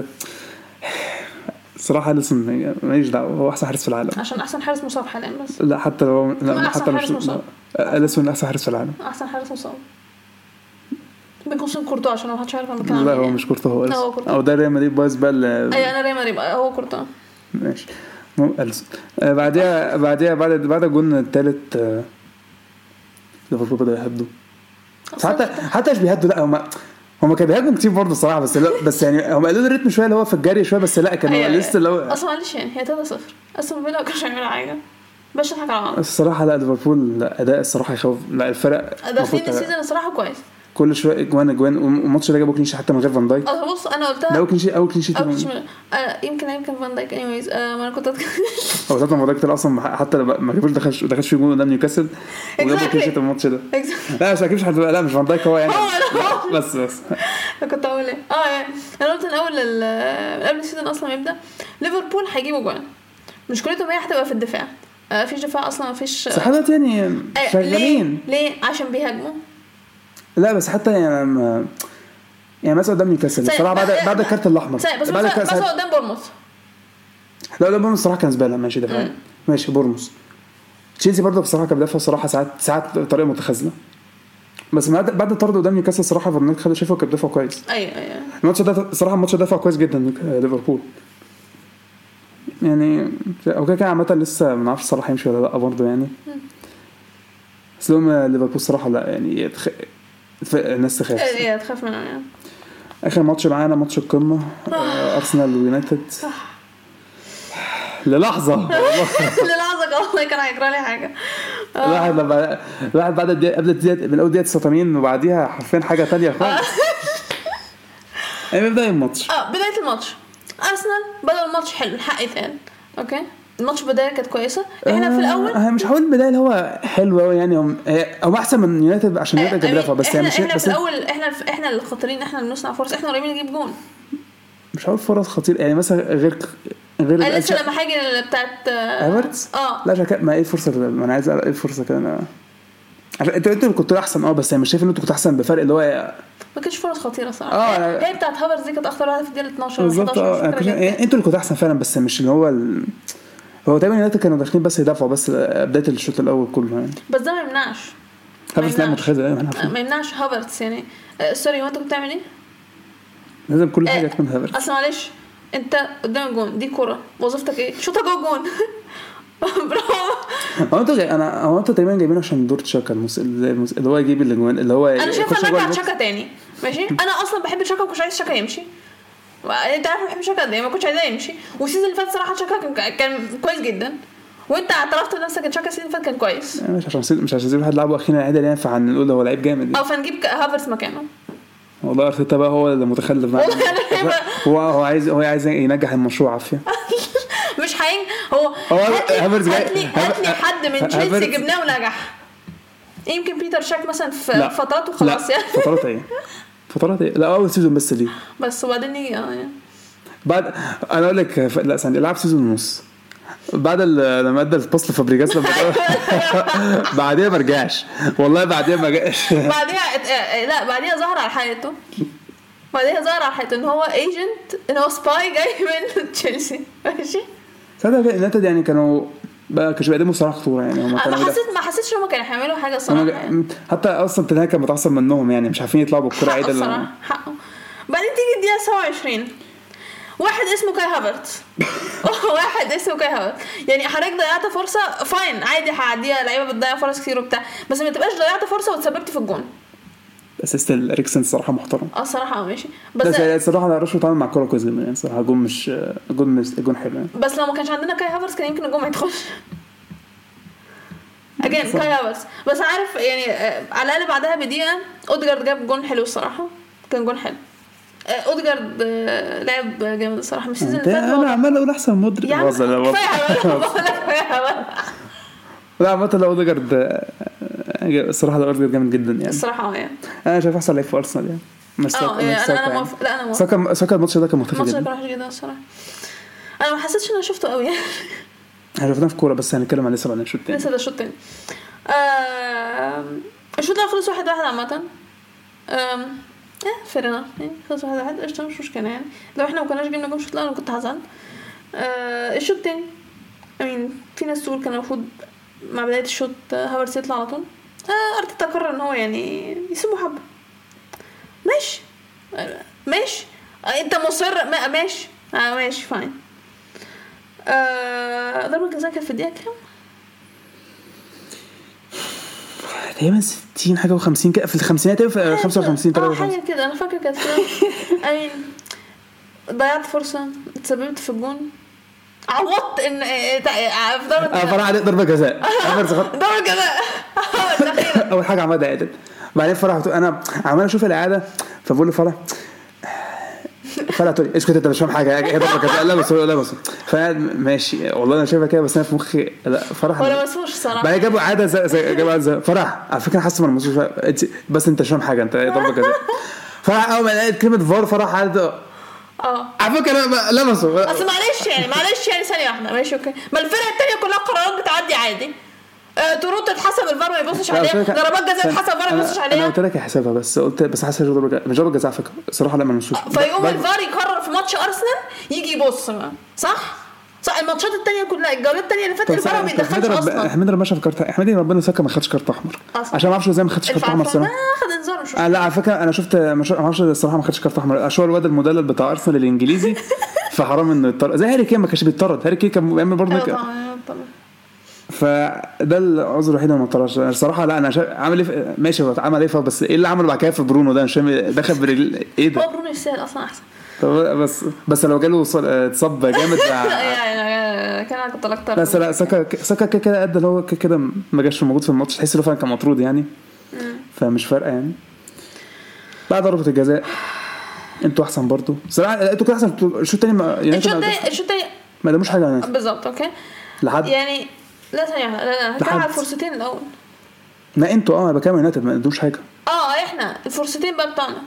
صراحه اليسون ماليش دعوه هو احسن حارس في العالم عشان احسن حارس مصاب حاليا. بس لا حتى لو حتى مش اليسون احسن حارس في العالم. احسن حارس مصاب بيكون كورتوا عشان ما حدش عارف انا بتكلم. لا هو مش كورتوا هو او ده ريال مدريد بايظ بقى. ايوه انا ريال مدريد هو كورتوا ماشي. اليسون بعد الجون الثالث ليفربول بدأ يهدوا حتى مش بيهدوا. لا هم كانوا بيهاجموا كتير برضه الصراحه بس لا بس يعني هم قالوا الريتم شويه اللي هو في الجري شويه بس لا كانوا لسه اللي هو اصلا معلش يعني هي 3-0 اصلا فيلا كانش هيعملوا حاجه باش نضحك على بعض الصراحه. لا ليفربول اداء الصراحه يخوف. لا الفرق داخلين السيزون الصراحه كويس كل شويه اجوان والماتش ده جابوا كلينش حتى من غير فان دايك. بص انا قلتها لو كلينش يمكن فان دايك انيويز ما انا كنت هو ذات فان دايك اصلا حتى ما جابوش دخلش في جول قدام نيوكاسل وجابوا كلينش الماتش ده. لا مش اكيد لا مش فان دايك هو يعني بس كنت اقول ايه يعني انا قلت الاول قبل السيزون اصلا يبدا ليفربول هيجيبوا جوان مشكلتهم هي هتبقى في الدفاع. فيش دفاع اصلا مفيش صحات يعني شغالين ليه عشان بيهاجموا. لا بس حتى يعني مثلا قدام نيوكاسل الصراحه بعد الكارت الاحمر بس قدام بورموث. لا بورموث الصراحه كان زباله ماشي دفاع ماشي. بورموث تشيلسي برضه بصراحه كان بيدافع الصراحه ساعات طريقه متخاذله بس بعد الطرد قدام نيوكاسل الصراحه فان خد شايفه كان بيدافع كويس. ايوه الماتش ده الصراحه الماتش دافع كويس جدا ليفربول يعني. او كده عامه لسه ما نعرفش الصراحه يمشي ولا لا برضه يعني. بس لهم ليفربول الصراحه لا يعني الناس تخاف منه يعني. اخر ماتش معانا ماتش القمه ارسنال ويونايتد. للحظه والله كان هيجرى لي حاجه. الواحد بعد الدقيقه قبل الدقيقه من اول دقيقه 89 وبعديها حرفيا حاجه ثانيه خالص. بدايه الماتش ارسنال بدأ الماتش حلو الحق يتقال. اوكي الماتش بدايه كانت كويسه. احنا في الاول مش هقول البدايه اللي هو حلو قوي يعني او احسن من يونايتد عشان يونايتد كان بيدافع بس يعني احنا في الاول احنا اللي خطرين احنا اللي بنصنع فرص احنا قريبين نجيب جون. مش هقول فرص خطير يعني مثلا غير لسه لما حاجه بتاعت ايفرتس لا شكل ما ايه فرصه ما انا عايز ايه فرصه كده عشان انتوا كنتوا احسن بس انا مش شايف ان انتوا كنتوا احسن بفرق اللي هو ما كانش فرص خطيره صراحه. هي بتاعت هافرز دي كانت اخطر واحده في الدقيقه 12 بالظبط. انتوا اللي كنتوا احسن فعلا بس مش اللي هو تقريبا يونايتد كانوا داخلين بس يدافعوا بس بدايه الشوط الاول كله يعني. بس ده ما يمنعش هافرز لا متخاذل ما يمنعش هافرز يعني سوري وانت كنت بتعمل ايه لازم كل حاجه تكون هافرز. اصلا معلش انت قدام الجون دي كره وظيفتك ايه شوطها جوه الجون. برافو. انتوا تقريبا جايبينه عشان دور تشاكا اللي هو يجيب الاجوان اللي هو انا شايفه نرجع تشاكا تاني ماشي. انا اصلا بحب تشاكا ومش عايز تشاكا يمشي. انت عارف بحب تشاكا ده ما كنتش عايزاه يمشي والسيزون اللي فات صراحه تشاكا كان كويس جدا وانت اعترفت بنفسك ان تشاكا السيزون اللي فات كان كويس. مش عشان يسيب حد لعبه اخيرا عادل ينفع نقول هو لعيب جامد او فنجيب هافرز مكانه. والله ارتيتا بقى هو اللي متخلف بقى. هو عايز ينجح المشروع عافيه. مش هو هات لي حد من تشيلسي جبناه ونجح. يمكن بيتر شاك مثلا في فترات وخلاص يعني. فترات ايه لا اول سيزون بس ليه بس وبعدين يعني بعد انا اقول لك لا ثانيه لعب سيزون ونص بعد لما ادى الفصل فابريجاس بعديها ما رجعش والله بعديها ما جاش. بعديها ظهر على حياته ان هو ايجنت ان هو سباي جاي من تشيلسي ماشي. صدق النتائج يعني كانوا بيقدموا صراحه خطوره يعني هم ما حسيتش هم كانوا هيعملوا حاجه صراحه يعني. حتى اصلا تنهاك كان متعصب منهم يعني مش عارفين يطلعوا بالكره عادله حقه. بعدين تيجي الدقيقه 27 واحد اسمه كاي هافرتز واحد اسمه كاي هافرتز. يعني حضرتك ضيعت فرصه فاين عادي هعديها، لعيبه بتضيع فرص كتير وبتاع، بس ما تبقاش ضيعت فرصه وتسببت في الجون. بس ستيل اريكسن الصراحه محترم الصراحه ماشي، بس الصراحه لا رشوا تعمل مع الكوره كويس جدا يعني الصراحه. جون مش جون حلو يعني. بس لو ما كانش عندنا كاي هافرتز كان يمكن الجون ما يدخلش اجين كاي هافرتز. بس عارف يعني على الاقل بعدها بدقيقه اوديجارد جاب جون حلو الصراحه، كان جون حلو. اوديجارد لعب جامد الصراحه. مش السيزون اللي فات انا عمال اقول احسن مودريتش لا عامه لو اوديجارد الصراحه اوديجارد جامد جدا يعني الصراحه يعني انا شايف احسن لعيب في ارسنال يعني. انا موافق. لا انا موافق. ساكا الماتش ده كان مختلف جدا. الماتش كان جدا الصراحه. انا ما حسيتش ان انا شفته قوي يعني. احنا شفناه في كوره بس هنتكلم عن لسه بعدين الشوط الثاني. لسه ده الشوط الثاني. الشوط الاول خلص 1-1 عامه. فرنا يعني خلص 1-1 قشطه مش مشكله يعني. لو احنا ما كناش جبنا جول الشوط الاول انا كنت هزعل. الشوط الثاني في ناس تقول كان المفروض مع بدايه الشوط هافرتز يطلع على طول. ارتيتا قرر ان هو يعني يسيبه حبه. ماشي انت مصر ماشي ماشي فاين. ضربة جزاء كانت في الدقيقة كام؟ تقريبا 60 حاجة و50 كده في الخمسينات، في 55 حاجة كده أنا فاكر كانت كده. ضيعت فرصة تسببت في الجون. عوضت ان في ضربة جزاء ضربة جزاء اول حاجة عملها عادل. بعدين فرح انا عمال اشوف الإعادة فبقول له فرح تقول اسكت انت مش فاهم حاجه هي ضربه جزاء. لا بس ماشي والله انا شايفها كده بس انا في مخي لا فرح ولا مسوش صراحه. بعد جابوا عاده زي فرح على فكره حاسس ما مسوش بس انت مش فاهم حاجه انت ضربه جزاء. فرح اول ما لقيت كلمه فار فرح عاد على فكره لا مسوش. اصل معلش يعني ثانيه واحده ماشي اوكي. ما الفرقه الثانيه كلها قرارات بتعدي عادي. تروت تحسب الفار ما يبصش عليها، ضربات جزاء تحسب الفار ما يبصش عليها. انا قلت لك احسبها بس حاسس مش ضربه جزاء فكره الصراحه. لا ما نمشوش فيقوم الفار يقرر في ماتش ارسنال يجي يبص صح الماتشات الثانيه كلها الجولات الثانيه اللي فاتت الفار ما بيدخلش اصلا. احمد ربنا شاف كارت احمد ربنا سكر ما خدش كارت احمر عشان ما اعرفش ازاي ما خدش كارت احمر الصراحه. خد انذار مش لا على فكره انا شفت ما اعرفش الصراحه ما خدش كارت احمر. اشوف الواد المدلل بتاع ارسنال الانجليزي فحرام انه يطرد زي هاري كين ما كانش بيطرد. هاري كين كان بيعمل برضه فده العذر الوحيد اللي ما طلعش الصراحه. لا انا عامل ايه ماشي هو عمل ايه بس ايه اللي عمله بعد كده في برونو ده مش فاهم دخل برجل ايه ده. هو برونو يستاهل اصلا احسن. بس لو جاله اتصاب جامد يعني كان كنت اكتر. بس لا سكا كده قد اللي هو كده ما جاش موجود في الماتش. تحس انه فعلا كان مطرود يعني فمش فارقه يعني. بعد ضربه الجزاء انتوا احسن برضو صراحه. انتوا كده احسن. الشوط الثاني الشوط الثاني ما داموش حاجه يعني. بالظبط اوكي لحد يعني لا ثانيه لا كان على الفرصتين الاول. لا انتوا بكام يونايتد ما ادوش حاجه. احنا الفرصتين بقى بتاعنا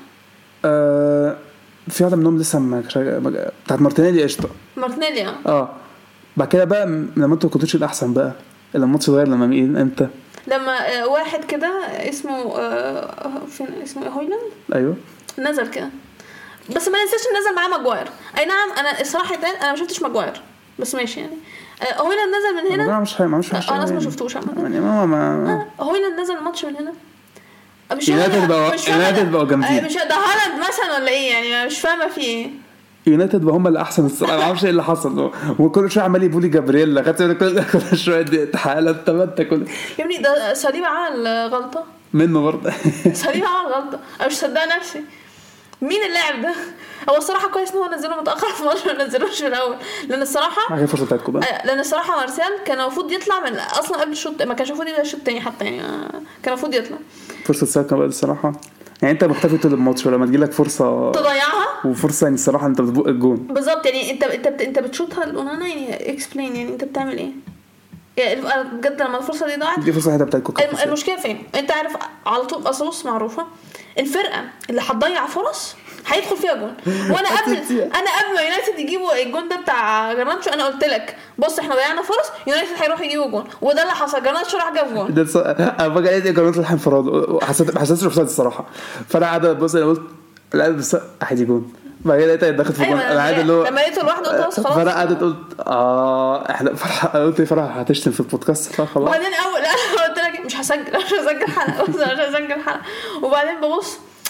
في واحده منهم لسه بتاعت مارتينيلي قشطه. مارتينيلي بعد كده بقى لما انتوا كنتوش الاحسن بقى لما الماتش اتغير لما مين امتى لما واحد كده اسمه فين اسمه هويلاند ايوه نزل كده. بس ما ننساش نزل معاه ماجواير. اي نعم انا الصراحه انا ما شفتش ماجواير بس ماشي يعني. هويلاند نزل من هنا. انا مش انا ما شفتوش يعني ماما هويلاند نزل الماتش من هنا. مش يونايتد بقى جامدين. مش ده هالاند مثلا ولا ايه يعني مش فاهمه في ايه. يونايتد بقى هم اللي احسن الصراحه. ما اعرفش ايه اللي حصل وكل شويه عمال يبولي جابرييل خدت كل شويه دي تعالى انت كل يا ابني ده صليبه عمل غلطه منه برضه. صليبه عمل غلطه انا مش مصدقه نفسي. مين اللاعب ده؟ هو الصراحه كويس ان هو نزله متاخر في الماتش ما نزلوش في الاول لان الصراحه ما هي فرصه بتاعتكم بقى. لان الصراحه مارسيال كان المفروض يطلع من اصلا قبل الشوط. ما كانش المفروض يبدا الشوط الثاني حتى يعني كان المفروض يطلع. فرصه ساكا بقى الصراحه يعني انت مختفي طول الماتش ولما تجيلك فرصه تضيعها وفرصه يعني الصراحه انت بتبوق الجون بالظبط. يعني انت بتشوطها الاونانا يعني اكسبلين يعني انت بتعمل ايه يعني بجد لما الفرصه دي ضاعت. دي فرصه بتاعتكم. المشكله فين انت عارف على طول اصوص معروفه الفرقه اللي هتضيع فرص هيدخل فيها جون. وانا قبل ما يونايتد يجيبوا الجون ده بتاع جرناتشو انا قلت لك بص احنا ضيعنا فرص يونايتد هيروح يجيبوا جون وده اللي حصل. جرناتشو راح جاب جون. انا بقى لقيت جرناتشو راح انفراد حسيت اوفسايد الصراحه. فانا قاعد بص انا قلت لا بس هيجي جون. بعد كده لقيت دخلت في جون. انا قاعد اللي هو لما لقيته لوحده قلت خلاص. فانا قعدت قلت احنا قلت فرح هتشتم في البودكاست خلاص. وبعدين اول لا قلت لك مش هسجل حلقه وبعدين ببص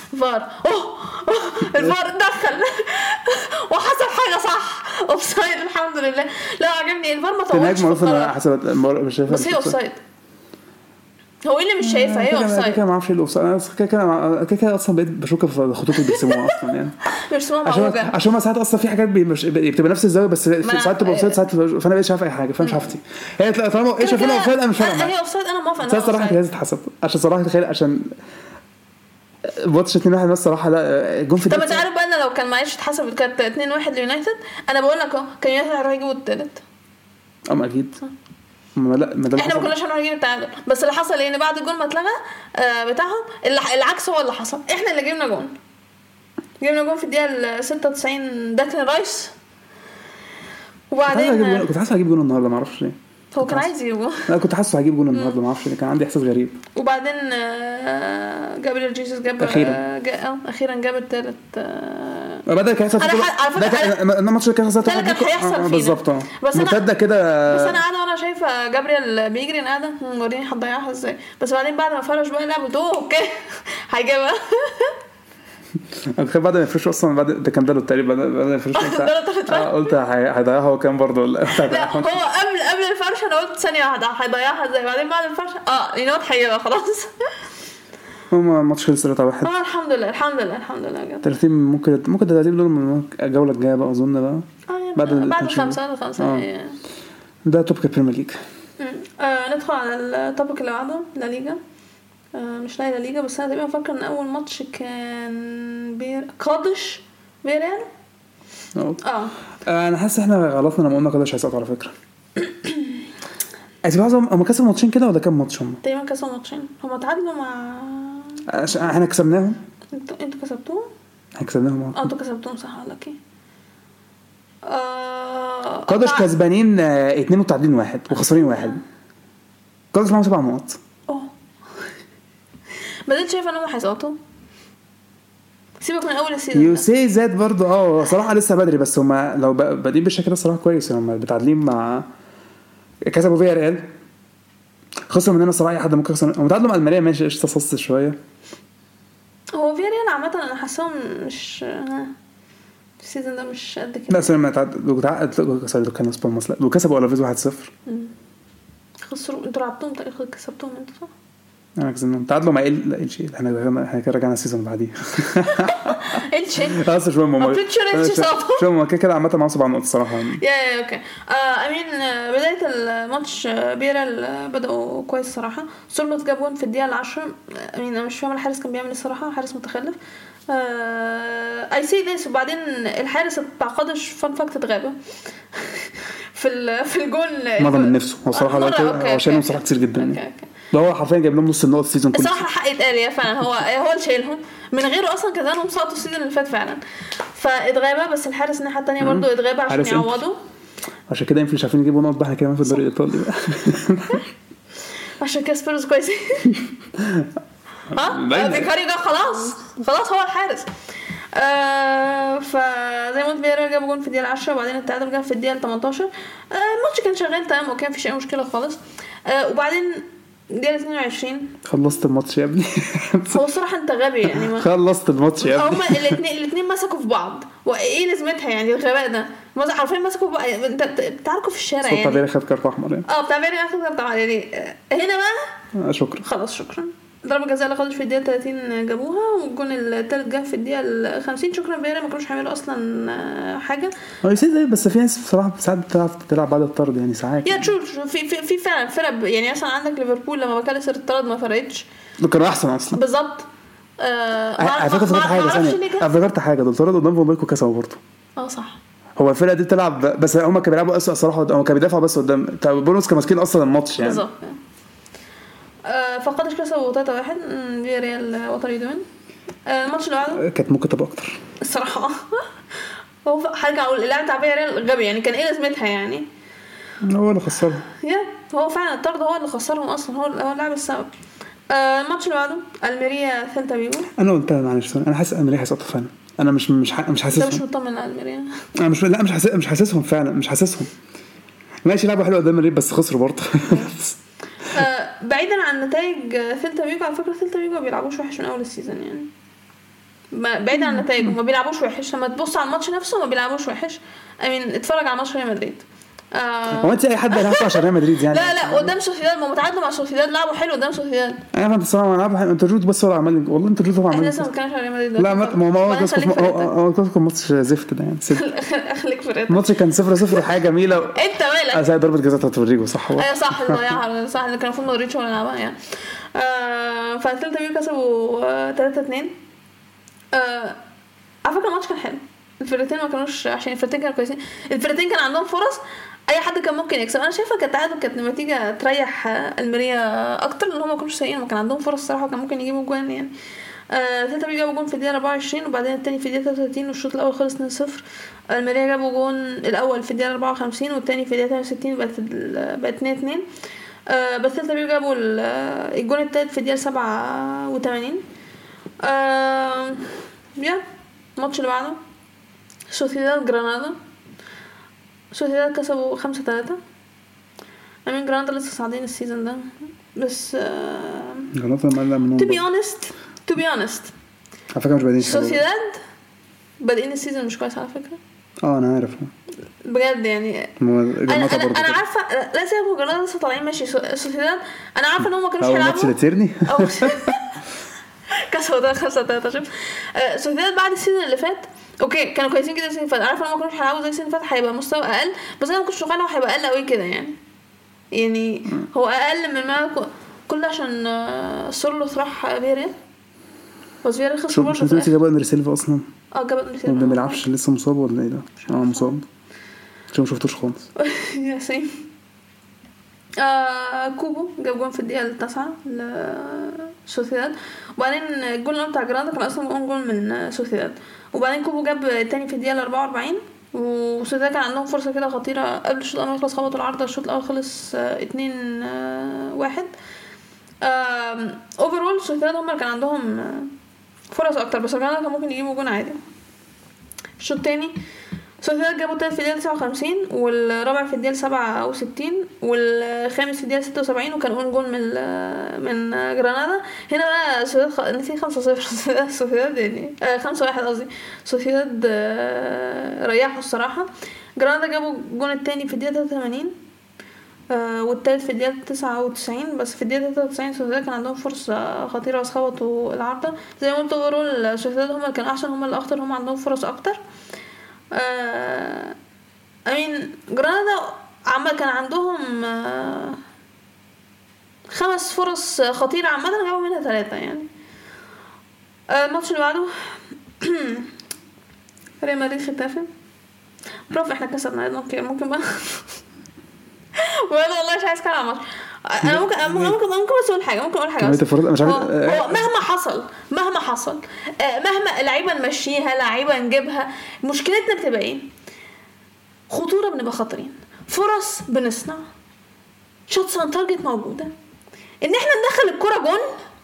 فار الفار دخل وحصل حاجه صح اوفسايد الحمد لله. لا عجبني الفار ما طولش حسب مش شايفها بس هي اوفسايد. هو اللي مش شايفها هي اوفسايد كده ما اعرفش الاوفسايد. انا كده اصلا بقيت بشوك في الخطوط اللي بيرسموها اصلا يعني بيرسموها عشان ما ساعات اصلا في حاجات بتبقى نفس الزاويه بس ساعات بتبقى اوفسايد ساعات فانا بقيت شايف اي حاجه فمش عارفتي هي طالما ايش شايفينها اوفسايد انا مش فاهم هي اوفسايد انا موافقه انا صراحه لازم تتحسب عشان صراحه تخيل عشان ماتش 2-1 بس صراحه لا جون في. طب انت عارف بقى انا لو كان معيش اتحسب كانت 2-1 ليونايتد انا بقول لك اهو كان يونايتد هيروح يجيبوا الثالث اكيد. لا احنا ما كناش هنروح نجيب التعادل بس اللي حصل ان بعد الجول ما اتلغى بتاعهم العكس هو اللي حصل. احنا اللي جبنا جون في الدقيقه 96 داكن رايس. وبعدين كنت حاسس هجيب جون النهارده ما اعرفش ليه. هو كان عايز يجيبه. لا كنت حاسه هجيب جون النهارده ما اعرفش ليه كان عندي احساس غريب. وبعدين جابريل جيسوس جاب اخيرا جاب الثالث. بدأ كان يحصل الماتش كان هيحصل بالظبط مرتده كده. بس انا قاعده وانا شايفه جابريل بيجري قاعده وريني هتضيعها ازاي. بس بعدين بعد ما فرش بقى لعبه اوكي هيجيبها. بعد ما يفرش اصلا بعد ده كان داله تقريبا بعد ما يفرش قلت هيضيعها هو كان برضه لا هو قبل الفرش انا قلت ثانيه واحده هيضيعها ازاي. بعدين بعد الفرش ينوت هيجيبها خلاص. هما ماتش خلص 3-1. الحمد لله ترتيب ممكن الترتيب دول من الجوله الجايه بقى اظن بقى بعد 5 ده توبك البريمير ليج. ندخل على التوبك اللي بعده لا ليجا. مش لا ليجا بس انا تقريبا فاكر ان اول ماتش كان قادش بيريال. انا حاسس احنا غلطنا لما قلنا قادش هيسقط على فكره. هم كسبوا ماتشين كده ولا كام ماتش هم؟ تقريبا كسبوا ماتشين. هم تعادلوا مع احنا كسبناهم. انتوا كسبتوهم؟ احنا كسبناهم. انتوا كسبتوهم صح ولا ايه؟ قادش كسبانين 2 وتعادلين 1 وخسرين 1. قادش معاهم 7 نقط. بدأت شايفه انهم هيسقطوا. سيبك من اول السيزون يوسي زاد برضه صراحه لسه بدري بس هم لو بادئين بالشكل ده صراحه كويس. هم بتعادلين مع كسبوا فيا ريال خسروا مننا صراحه اي حد ممكن يخسر. ومتعادلوا مع الماليه ماشي ايش تصص شويه. هو فيا ريال عامه انا حاسهم مش السيزون ده مش قد كده. لا سلام تعادلوا كانوا اسبان مصلحه وكسبوا اولافيز 1-0. خسروا انتوا لعبتوهم كسبتوهم انتوا صح. انا كسبنا تعادلوا مع شيء احنا كده رجعنا السيزون بعديه. الشيء خلاص شويه ماما شو كده عامه مع 7 نقط الصراحه يا اوكي. امين بدايه الماتش بيرال بداوا كويس صراحه. سولوت جاب جون في الدقيقه 10. امين انا مش فاهم الحارس كان بيعمل الصراحه حارس متخلف. اي سي ذس. وبعدين الحارس بتاع قادش فان فاكت اتغاب في الجون مضى من نفسه هو صراحه عشان صراحه كتير جدا. ده هو حرفيا جايب لهم نص النقط السيزون كله صراحه حق يتقال يا فعلا. هو اللي شايلهم من غيره اصلا كان زمانهم سقطوا السيزون اللي فات فعلا. فاتغابه بس الحارس الناحيه الثانيه برضو اتغابه عشان يعوضوا. عشان كده يمكن مش عارفين يجيبوا نقط بقى احنا كمان في الدوري الايطالي عشان كده سبيرز كويس. فيكاري ده خلاص هو الحارس. فزي ما قلت بيرجع جاب جون في الدقيقه 10 وبعدين التعادل جاب في الدقيقه 18. الماتش كان شغال تمام وكان في شيء مشكله خالص. وبعدين دقيقه 22 خلصت الماتش يا ابني. هو الصراحه انت غبي يعني خلصت الماتش يا ابني. هما الاثنين مسكوا في بعض وايه لازمتها يعني الغباء ده. حرفيا مسكوا في بعض. انت بتعاركوا في الشارع يعني. بتاع خد كارت احمر يعني. بتاع فيري خد كارت احمر يعني. هنا بقى شكرا خلاص شكرا. ضربه جزاء اللي خدش في الدقيقه 30 جابوها والجون الثالث جه في الدقيقه 50. شكرا فيري ما كانوش هيعملوا اصلا حاجه. هو يصير بس في ناس بصراحه ساعات بتلعب بعد الطرد يعني ساعات يا تشوف في فعلا فرق يعني مثلا عندك ليفربول لما ماكاليستر الطرد ما فرقتش كانوا احسن اصلا بالظبط. افتكرت حاجه دول طرد قدام فولكو كسبوا برضه. صح هو الفرقه دي تلعب بس هم كانوا بيلعبوا اسوء صراحه. هم كانوا بيدافعوا بس قدام بونوس كانوا ماسكين اصلا الماتش يعني بالظبط. فقدش كسبوا 3-1 في ريال وتر يدوين. الماتش اللي بعده كانت ممكن تبقى اكتر الصراحه. هو هرجع اقول اللاعب بتاع ريال غبي يعني كان ايه لازمتها يعني. هو اللي خسرهم. هو فعلا الطرد هو اللي خسرهم اصلا. هو اللاعب السبب. الماتش اللي بعده الميريا سيلتا فيجو. انا قلت معلش انا حاسس الميريا هيسقطوا فعلا. انا مش حاسسهم. مش مطمن على الميريا. انا مش حاسسهم فعلا مش حاسسهم. ماشي لعبوا حلو قدام الريال بس خسروا برضه. بعيدا عن نتائج سيلتا فيجو على فكره سيلتا فيجو ما بيلعبوش وحش من اول السيزون يعني. بعيد عن النتائج ما بيلعبوش وحش. لما تبص على الماتش نفسه ما بيلعبوش وحش. اتفرج على ماتش ريال مدريد. هو انت اي حد هيلعب عشان ريال مدريد يعني؟ لا قدام سوسيداد ما متعادلوا مع سوسيداد، لعبوا حلو قدام سوسيداد. انا بصراحه لعب انت جود بس ولا عمل والله انت جود طبعا. احنا لسه ما كناش على ريال مدريد. لا ما هو كان ماتش زفت ده يعني. اخليك فرقتك. الماتش كان 0-0 حاجه جميله. انت مالك؟ زي ضربه جزاء بتاعت رودريجو صح. ايوه صح ضيعها صح اللي كان المفروض مودريتش ولا يلعبها يعني. فاتلتا فيجو كسبوا 3-2. على فكره الماتش كان حلو. الفرقتين ما كانوش عشان الفرقتين كانوا كويسين. الفرقتين كان عندهم فرص اي حد كان ممكن يكسب. انا شايفه كالتعادل كانت نتيجه تريح الميريا اكتر لان هم ما كانوش سيئين وكان عندهم فرص صراحه وكان ممكن يجيبوا جوان يعني. تلتا فيجو جابوا جون في الدقيقه 24 وبعدين الثاني في الدقيقه 33 والشوط الاول خلص 2-0. الميريا جابوا جون الاول في الدقيقه 54 والثاني في الدقيقه 63 بقت 2-2. بس تلتا فيجو جابوا الجون الثالث في الدقيقه 87. الماتش اللي بعده سوسيداد جرانادا. سوسيداد كسبوا 5-3. جرانادا لسه صاعدين السيزون ده بس جرانادا مقلق منهم. to be honest على فكره مش بادئين سوسيداد بادئين السيزون مش كويس على فكره. انا عارف بجد يعني. انا عارفه لا سيبوا جرانادا لسه طالعين ماشي. سوسيداد انا عارفه ان هم ما كانوش هيلعبوا ماتش لتيرني كسبوا ده 5-3. شوف سوسيداد بعد السيزون اللي فات اوكي كانوا كويسين جدا السنه اللي فاتت. عارفه ان هم ما كانوش هيلعبوا زي السنه اللي فاتت هيبقى مستوى اقل بس انا ما كنتش متوقعه انه هيبقى اقل قوي كده يعني هو اقل من ما كل عشان سورلوث راح فياريال بس فياريال خسر برضه. شو انت جاب اندر سيلفا اصلا؟ جاب اندر سيلفا ما بيلعبش لسه مصاب ولا ايه ده؟ مصاب شو ما شفتوش خالص يا سيم. كوبو جاب جون في الدقيقه 9 لسوسيداد وبعدين الجول اللي بتاع جرانادا كان اصلا جول من سوسيداد وبعدين كوبو جاب الثاني في الدقيقه 44 وسوسيداد كان عندهم فرصه كده خطيره قبل الشوط الاول يخلص خبطوا العارضه. الشوط الاول خلص 2-1. اوفرول سوسيداد هم اللي كان عندهم فرص اكتر بس جرانادا كان ممكن يجيبوا جون عادي. الشوط الثاني سوسيداد جابوا الثالث في الدقيقه 59 والرابع في الدقيقه 67 والخامس في الدقيقه 76 وكان جون من جرانادا. هنا بقى سوسيداد نتيجه 5-0 سوسيداد يعني 5-1 قصدي. سوسيداد ريحوا الصراحه. جرانادا جابوا الجون الثاني في الدقيقه 83 والثالث في الدقيقه 99 بس في الدقيقه 93 سوسيداد كان عندهم فرصه خطيره بس خبطوا العارضه. زي ما قلت اوفرول سوسيداد هم اللي كانوا احسن هم اللي اخطر هم عندهم فرص اكتر. جرانادا عمال كان عندهم 5 فرص خطيرة عامة جابوا منها 3 يعني. الماتش اللي بعده ريال مدريد ختافي. بروف احنا كسبنا ممكن بقى والله مش عايز كلام ماتش. انا ممكن بس اقول حاجه مهما حصل مهما لعيبه نمشيها لعيبه نجيبها مشكلتنا بتبقى ايه؟ خطوره بنبقى خطرين فرص بنصنع شوتس اون تارجت موجوده ان احنا ندخل الكره جون.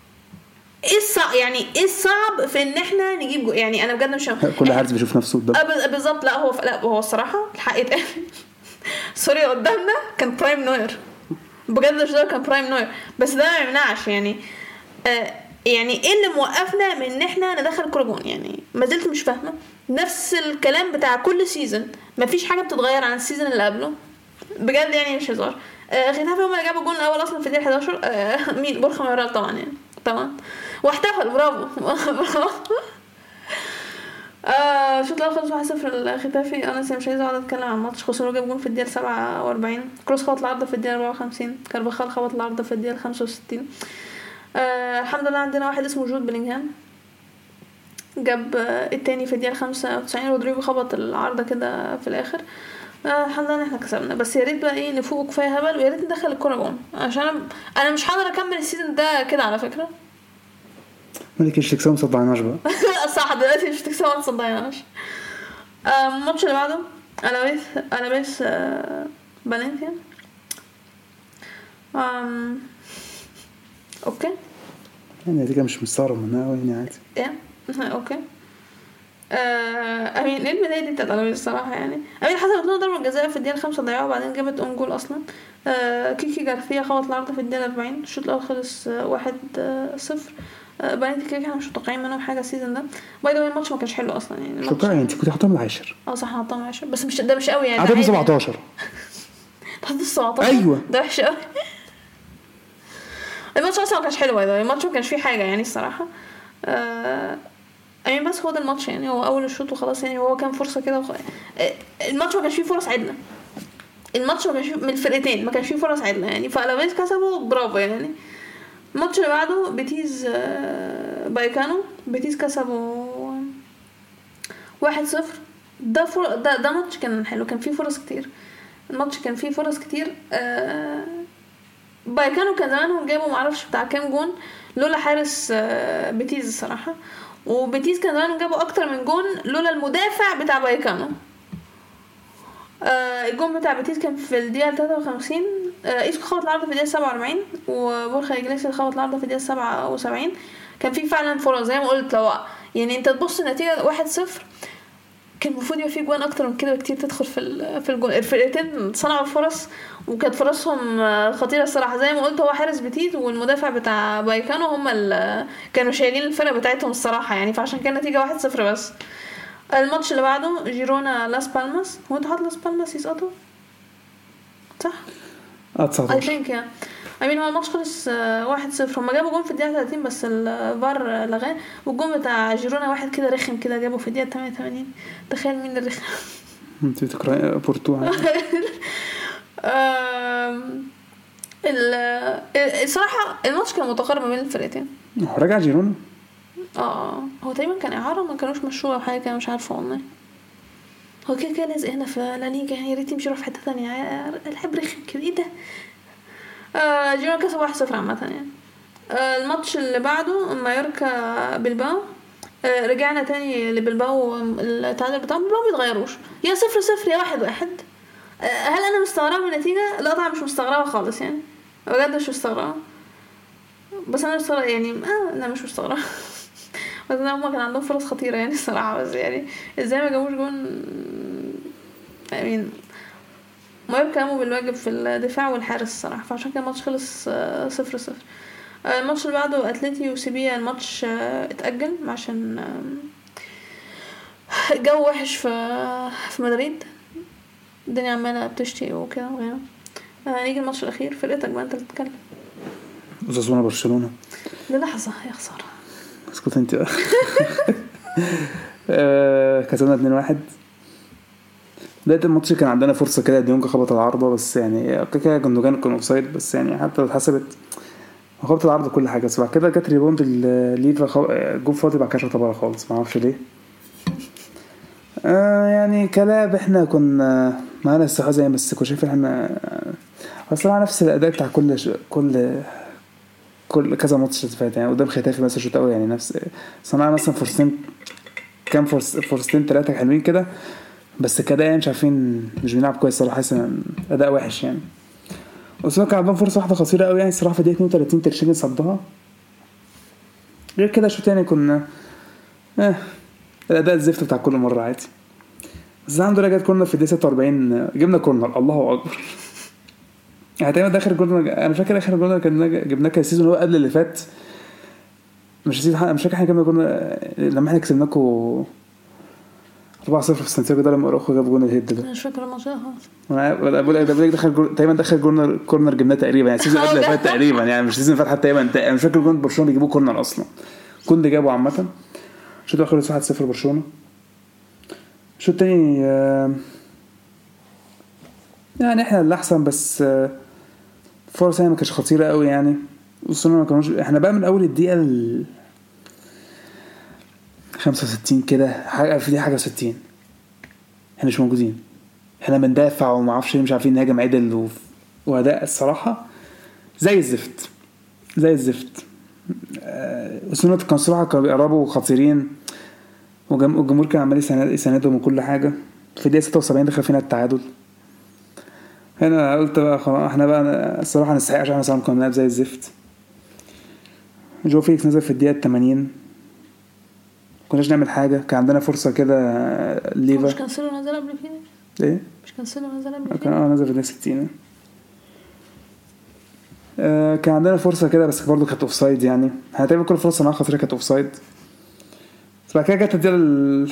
ايه الصعب في ان احنا نجيب جون يعني؟ انا بجد مش كل حد بيشوف نفسه قدام بالظبط. لا هو الصراحه الحق يتقال سوري قدامنا كان برايم نوير بجد مش ده كان برايم نوير بس ده ما يمنعش يعني يعني ايه اللي موقفنا من ان احنا ندخل الكره جون يعني؟ ما زلت مش فاهمه. نفس الكلام بتاع كل سيزون مفيش حاجه بتتغير عن السيزون اللي قبله بجد يعني مش هزار. ختافي هم اللي جابوا الجون الاول اصلا في الدقيقه 11 مين بورخا ميرال طبعا يعني طبعا واحتفل برافو شوط الاول خلص 1-0 الختافي. انا مش عايزه اقعد اتكلم عن الماتش خسروا جاب جون في الدقيقه 47 كروس خبط العارضه في الدقيقه 54 كارفاخال خبط العارضه في الدقيقه 65. الحمد لله عندنا واحد اسمه جود بلينغهام جاب التاني في الدقيقه 95 رودريجو خبط العارضه كده في الاخر. الحمد لله احنا كسبنا بس يا ريت بقى ايه نفوق كفايه هبل ويا ريت ندخل الكره جون عشان انا مش هقدر اكمل السيزون ده كده على فكره. مالكش تكسب ما صدعناش بقى صح دلوقتي مش تكسب ما صدعناش. الماتش اللي بعده ألابيس فالنسيا. اوكي يعني دي مش مستغرب منها قوي يعني عادي اوكي. ايه البدايه دي بتاعت ألابيس الصراحه يعني. حسبت له ضربه جزاء في الدقيقه 5 ضيعوها وبعدين جابت اون جول اصلا. كيكي جارثيا خبط العارضه في الدقيقه 40 الشوط الاول خلص 1-0. بنتي كده احنا مش متوقعين منهم حاجه السيزون ده. باي ذا واي الماتش ما كانش حلو اصلا يعني. شكرا انت كنت حاطهم العاشر. صح حاطهم العاشر بس مش ده مش قوي يعني. حاطهم 17. حطيت 17. ايوه ده وحش قوي. الماتش اصلا ما كانش حلو باي ذا واي. الماتش ما كانش فيه حاجه يعني الصراحه. يعني بس هو ده الماتش يعني. هو اول الشوط وخلاص يعني. هو كان فرصه كده الماتش ما كانش فيه فرص عدله. الماتش ما كانش من الفرقتين ما كانش فيه فرص عدله يعني. فالافيز كسبوا برافو يعني. الماتش اللي بعده بيتيز بايكانو. بيتيز كسبوا 1-0. ده ماتش كان حلو. كان فيه فرص كتير. الماتش كان فيه فرص كتير. بايكانو كان زمانهم جابوا معرفش بتاع كام جون لولا حارس بيتيز الصراحه. وبيتيز كان زمانهم جابوا اكتر من جون لولا المدافع بتاع بايكانو. الجون بتاع بيتيز كان في الدقيقه 53. اسكو خبط العرض في الدقيقه 47 وبورخا إجليسياس خبط العرض في الدقيقه 77. كان في فعلا فرص زي ما قلت. لو يعني انت تبص النتيجه 1-0 كان المفروض يبقى في جوان اكتر من كده بكتير تدخل في الجون. الفرقتين صنعوا فرص وكانت فرصهم خطيره الصراحه. زي ما قلت هو حارس بيتيز والمدافع بتاع بايكانو هم اللي كانوا شايلين الفرقه بتاعتهم الصراحه يعني. فعشان كان النتيجه 1-0 بس. الماتش اللي بعده جيرونا لاس بالماس. هو انت حاطط لاس بالماس يسقطوا صح؟ 19 I think يعني. هو الماتش خلص 1-0. هما جابوا جون في الدقيقة 30 بس الفار لغاه. والجون بتاع جيرونا واحد كده رخم كده جابه في الدقيقة 88. تخيل مين الرخم. انت بتقرأي بورتو الصراحة الماتش كان متقارب بين الفرقتين. رجع جيرونا. هو تقريبا كان إعارة ما كانوش مشروع أو حاجة كده مش عارفة والله. هو كده لازق هنا في لا ليجا يعني. يا ريت يمشي يروح في حتة ثانية. الحب رخم كده ايه ده. جيرونا كسب 1-0 عامة يعني. الماتش اللي بعده مايوركا بلباو. رجعنا تاني لبلباو. التعادل بتاعهم بلباو بيتغيروش يا 0-0 يا 1-1. هل انا مستغربه من النتيجه؟ لا طبعا مش مستغربه خالص يعني. بجد مش مستغربه. بس انا مستغربه يعني. انا مش مستغربه. بس هم كان عندهم فرص خطيره يعني الصراحه. بس يعني ازاي ما جابوش جون يعني. مايوركا قاموا بالواجب في الدفاع والحارس الصراحه. فعشان كده الماتش خلص 0-0. الماتش اللي بعده اتلتي وسيبيا. الماتش اتأجل عشان الجو وحش في مدريد. الدنيا عمالة بتشتي وكده وغيره. نيجي الماتش الأخير. فرقتك بقى انت اللي تتكلم. اوساسونا برشلونة. للحظة يا خسارة. اسكت انت. كسبنا 2-1. بداية الماتش كان عندنا فرصة كده. ديونج خبط العارضة بس يعني كده جندوجان كان اوفسايد بس يعني حتى لو اتحسبت خبط العرض كل حاجه. بس بعد كده جت ريبوند الليفا جول فاضي بعد كده شاطها بره خالص ما اعرفش ليه. يعني كلاب احنا كنا معانا استحواذ بس كنت شايف احنا اصلا نفس الاداء بتاع كل كذا ماتش فات يعني. قدام ختافي مثلا شوط قوي يعني نفس صنعنا مثلا فرصتين كام فرصتين 3 حلوين كده بس كده يعني مش عارفين مش بنلعب كويس صراحه. حاسس اداء وحش يعني. وسواء كان عندهم فرصه واحده خطيره قوي يعني الصراحه في دقيقه 32 ترشيجن صدها. غير كده شوط يعني كنا الاداء الزفت بتاع كل مره عادي. بس الحمد لله جت كورنر في الدقيقه 46 جبنا كورنر الله اكبر. يعني تقريبا اخر كورنر انا فاكر اخر كورنر كان جبناه كان السيزون هو قبل اللي فات. مش فاكر احنا جبنا كورنر لما احنا كسبناكو 4-0 في سانتياغو ده لما اروخو جاب جون الهيد ده. مش فاكر الماتش ده خالص. انا بقول لك دخل تقريبا كورنر جبناه تقريبا يعني السيزون قبل اللي فات تقريبا يعني مش سيزون فات حتى تقريبا. مش فاكر جون برشلونه بيجيبوا كورنر اصلا. كنت جابوا عامه. الشوط الاخير 1-0 برشلونه. الشوط الثاني يعني احنا اللي احسن بس فرصه يعني ما كانتش خطيره قوي يعني. وصلنا ما كانوش احنا بقى من اول الدقيقه 65 كده حاجه في دي حاجه 60 احنا مش موجودين. احنا بندافع وما اعرفش مش عارفين نهاجم عدل واداء الصراحه زي الزفت وصلنا كان صراحه كانوا بيقربوا خطيرين والجمهور كان عمال يساندهم من كل حاجه. في الدقيقه 76 دخل فينا التعادل. هنا قلت بقى خلاص احنا بقى الصراحه نستحق عشان مثلا كنا بنلعب زي الزفت. جو فيكس نزل في الدقيقه 80 كناش نعمل حاجه. كان عندنا فرصه كده ليفا مش كانسلوا نزل قبل كده. ايه مش كانسلوا نزل قبل كده. نزل في الدقيقه 60. كان عندنا فرصه كده بس برضو كانت اوفسايد يعني. احنا تقريبا كل فرصه معانا خطيره كانت اوفسايد. بعد كده جت تدير ال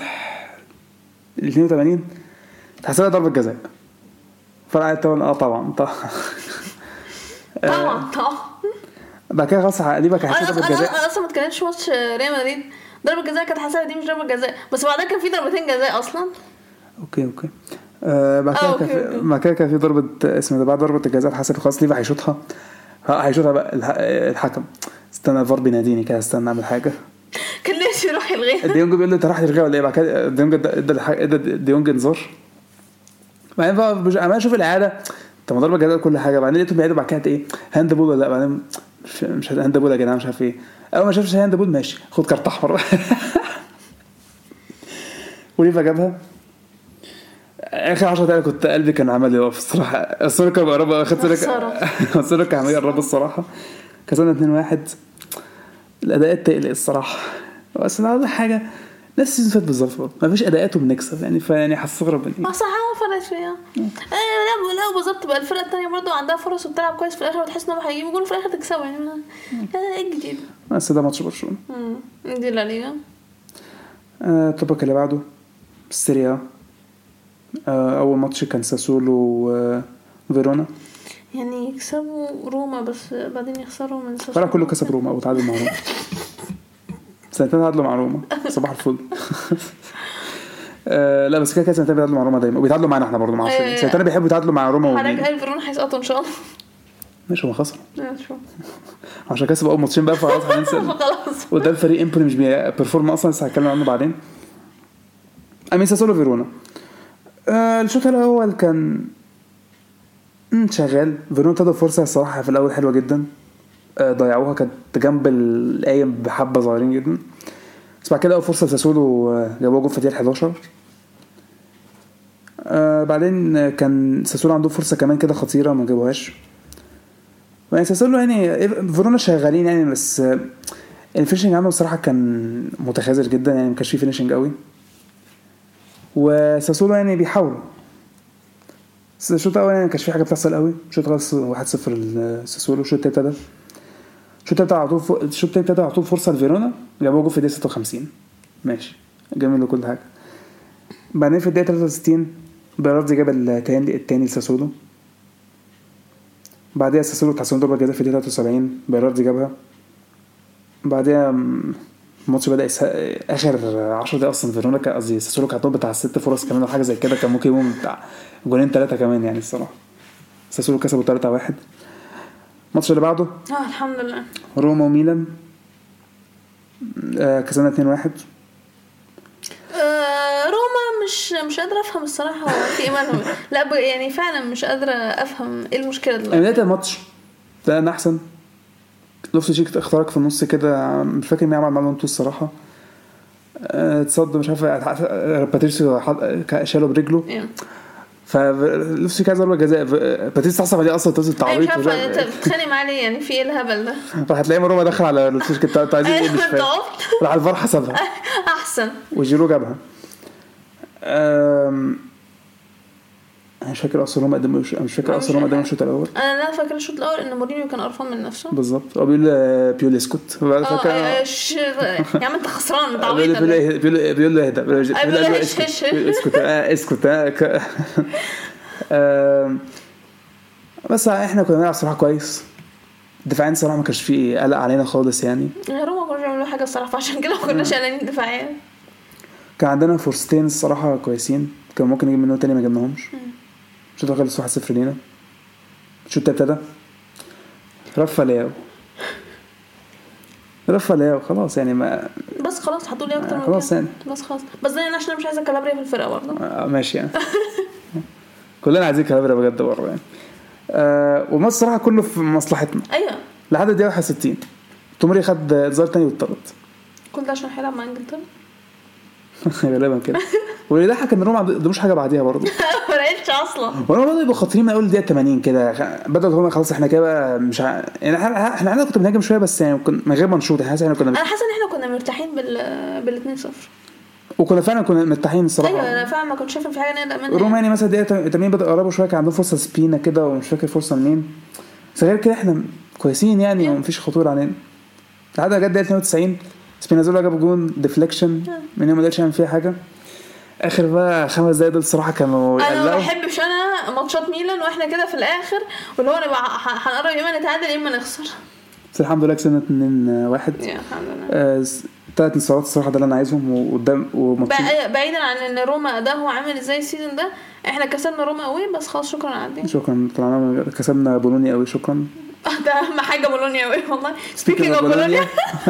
82 تحسبها ضربه جزاء. فرقت طبعا طبعا بعد كده خلاص دي بقى كانت ضربه جزاء. انا اصلا ما اتكلمتش ماتش ريال مدريد. ضربه جزاء كانت حسابها دي مش ضربه جزاء بس بعدها كان في ضربتين جزاء اصلا. اوكي بعد كده كان في ضربه اسمه ده. بعد ضربه الجزاء اتحسبت خلاص. ليفا هيشوطها بقى الحكم استنى الفار بيناديني كده استنى اعمل حاجه. كان نفسي يروح يلغيها. ديونج بيقول له انت راح تلغيها ولا ايه؟ بعد كده ادى ديونج انذار. بعدين بقى انا اشوف الاعاده طب ضربه جزاء كل حاجه. بعدين لقيتهم بيعيدوا بعد كده ايه هاند بول ولا لا. بعدين مش هاند بول يا جدعان مش عارف ايه. اول ما شافش هاند بول ماشي خد كارت احمر. وليفا جابها اخر 10 دقايق كنت قلبي كان عمال يقف الصراحه. السوركا قرب اخدت لك السوركا عمال يقرب الصراحه. كسبنا 2-1. الاداء التقيل الصراحه بس انا حاجه نفس السيزون فات بالظبط ما فيش اداءات وبنكسب يعني. فيعني هستغرب ما صح فرقت فيها. لا بالظبط بقى الفرقه الثانيه برضو عندها فرص وبتلعب كويس في الاخر وتحس انهم هيجيبوا جول في الاخر تكسبوا يعني. ايه الجديد بس ده ماتش برشلونه دي لا ليغا. الطبق اللي بعده السيريا. اول ماتش كان ساسولو وفيرونا يعني يكسبوا روما بس بعدين يخسروا من ساسولو. فرق كله كسب روما او تعادل مع روما. سنتين تعادلوا مع روما صباح الفل. لا بس كده سنتين بيتعادلوا مع روما دايما وبيتعادلوا معانا احنا برضو مع سنتين بيحبوا يتعادلوا مع روما. حضرتك قال فيرونا هيسقطوا ان شاء الله. مش هو خسر عشان كسب اول ماتشين بقى فخلاص هننسى. خلاص وده الفريق امبولي مش بيرفورم اصلا لسه هتكلم عنه بعدين. امين ساسولو فيرونا. الشوط الاول كان شغال. فيرونا ابتدوا فرصه الصراحه في الاول حلوه جدا ضيعوها كانت جنب القايم بحبه صغيرين جدا. بس بعد كده اول فرصه ساسولو جابوها جول في الدقيقه 11. بعدين كان ساسولو عنده فرصه كمان كده خطيره ما جابوهاش. يعني ساسولو يعني فيرونا شغالين يعني بس الفينيشنج عنده بصراحه كان متخاذل جدا يعني ما كانش فيه فينيشنج قوي. وساسولو يعني بيحاولوا الشوط الاول يعني ما كانش فيه حاجه بتحصل قوي. الشوط خلص 1-0 لساسولو. الشوط الثاني ابتدى على طول فرصه لفيرونا جابوها جول في الدقيقه 56 ماشي جميل وكل حاجه. بعدين في الدقيقه 63 بيرارد جاب الثاني لساسولو. بعدها ساسولو تحسن ضربه جزاء في الدقيقه 73 بيرارد جابها. بعدها الماتش بدا اخر 10 دقايق اصلا فيرونا قصدي ساسولو كان بتاع 6 فرص كمان او حاجه زي كده. كان ممكن يقوم بتاع جولين 3 كمان يعني الصراحه. ساسولو كسبوا 3-1. الماتش اللي بعده الحمد لله روما وميلان. كسبنا 2-1. روما مش قادره افهم الصراحه هو في ايمانهم. لا يعني فعلا مش قادره افهم ايه المشكله دلوقتي. بدايه الماتش ده انا احسن لوفتي شيك اخترق في النص كده مش فاكر مين عمل معاه انتو الصراحه. اتصد مش عارف باتريسيو شاله برجله فلوفتي كذا ضربه جزاء. باتريسيو حسب عليه اصلا توصل تعويض مش عارفه تتخانق معاه ليه يعني في ايه الهبل ده. راح تلاقي روما دخل على لوفتي كده عايزين ايه مش فاهم. راح الفار حسبها احسن وجيرو جابها. انا مش فاكر اصلا روما قدموا مش فاكر اصلا روما قدموا الشوط الاول. انا فاكر الشوط الاول ان مورينيو كان قرفان من نفسه بالظبط. هو بيقول بيقول اسكت فاكر يا عم انت خسران انت عبيط بيقول له اهدى اسكت بس احنا كنا بنلعب صراحه كويس. دفاعيا صراحه ما كانش فيه قلق علينا خالص يعني. روما كانوا بيعملوا حاجه الصراحه عشان كده ما كناش قلقانين دفاعيا. كان عندنا فرصتين الصراحه كويسين كان ممكن نجيب منهم تاني ما جبناهمش. الشوط الاول خلص 1-0 لينا. الشوط ابتدى رفع خلاص يعني ما بس خلاص حطوا لي اكتر من خلاص يعني بس ده يعني عشان مش عايزه كالابريا في الفرقه برضه ماشي يعني. كلنا عايزين كالابريا بجد برضه يعني. وما الصراحه كله في مصلحتنا. ايوه لحد الدقيقه 61 توموري خد انذار تاني واتطرد. كل ده عشان هيلعب مع انجلترا غالبا كده. واللي ضحك ان روما ما قدموش حاجه بعديها برضه. ما لقيتش اصلا. وانا بدأوا يبقوا خاطرين من اول الدقيقه 80 كده. بدأوا هم خلاص احنا كده مش يعني احنا كنا بنهاجم شويه بس يعني من غير ما نشوط. انا حاسس ان احنا كنا مرتاحين بال 2-0 وكنا فعلا كنا مرتاحين الصراحه. ايوه انا فعلا ما كنت شايف في حاجه نقلق منها. روما يعني مثلا الدقيقه 80 بدأوا يقربوا شويه كان عندهم فرصه سبينا كده ومش فاكر فرصه منين. بس غير كده احنا كويسين يعني ومفيش خطوره علينا لحد جد 92 سبينازولا جاب جون ديفليكشن من يوم ما قدرش يعمل فيها حاجه. اخر بقى 5 دقايق دول صراحه كانوا انا ما بحبش انا ماتشات ميلان واحنا كده في الاخر واللي هو نبقى هنقرب يا اما نتعادل يا اما نخسر. بس الحمد لله كسبنا 2-1 يا الحمد لله. 3 انتصارات الصراحه ده اللي انا عايزهم وقدام بعيدا عن ان روما ده هو عامل ازاي السيزون ده احنا كسبنا روما قوي بس خلاص شكرا عدي. شكرا طلعنا كسبنا بولونيا قوي شكرا. ده اهم حاجه بولونيا قوي والله. سبيكينج اوف بولونيا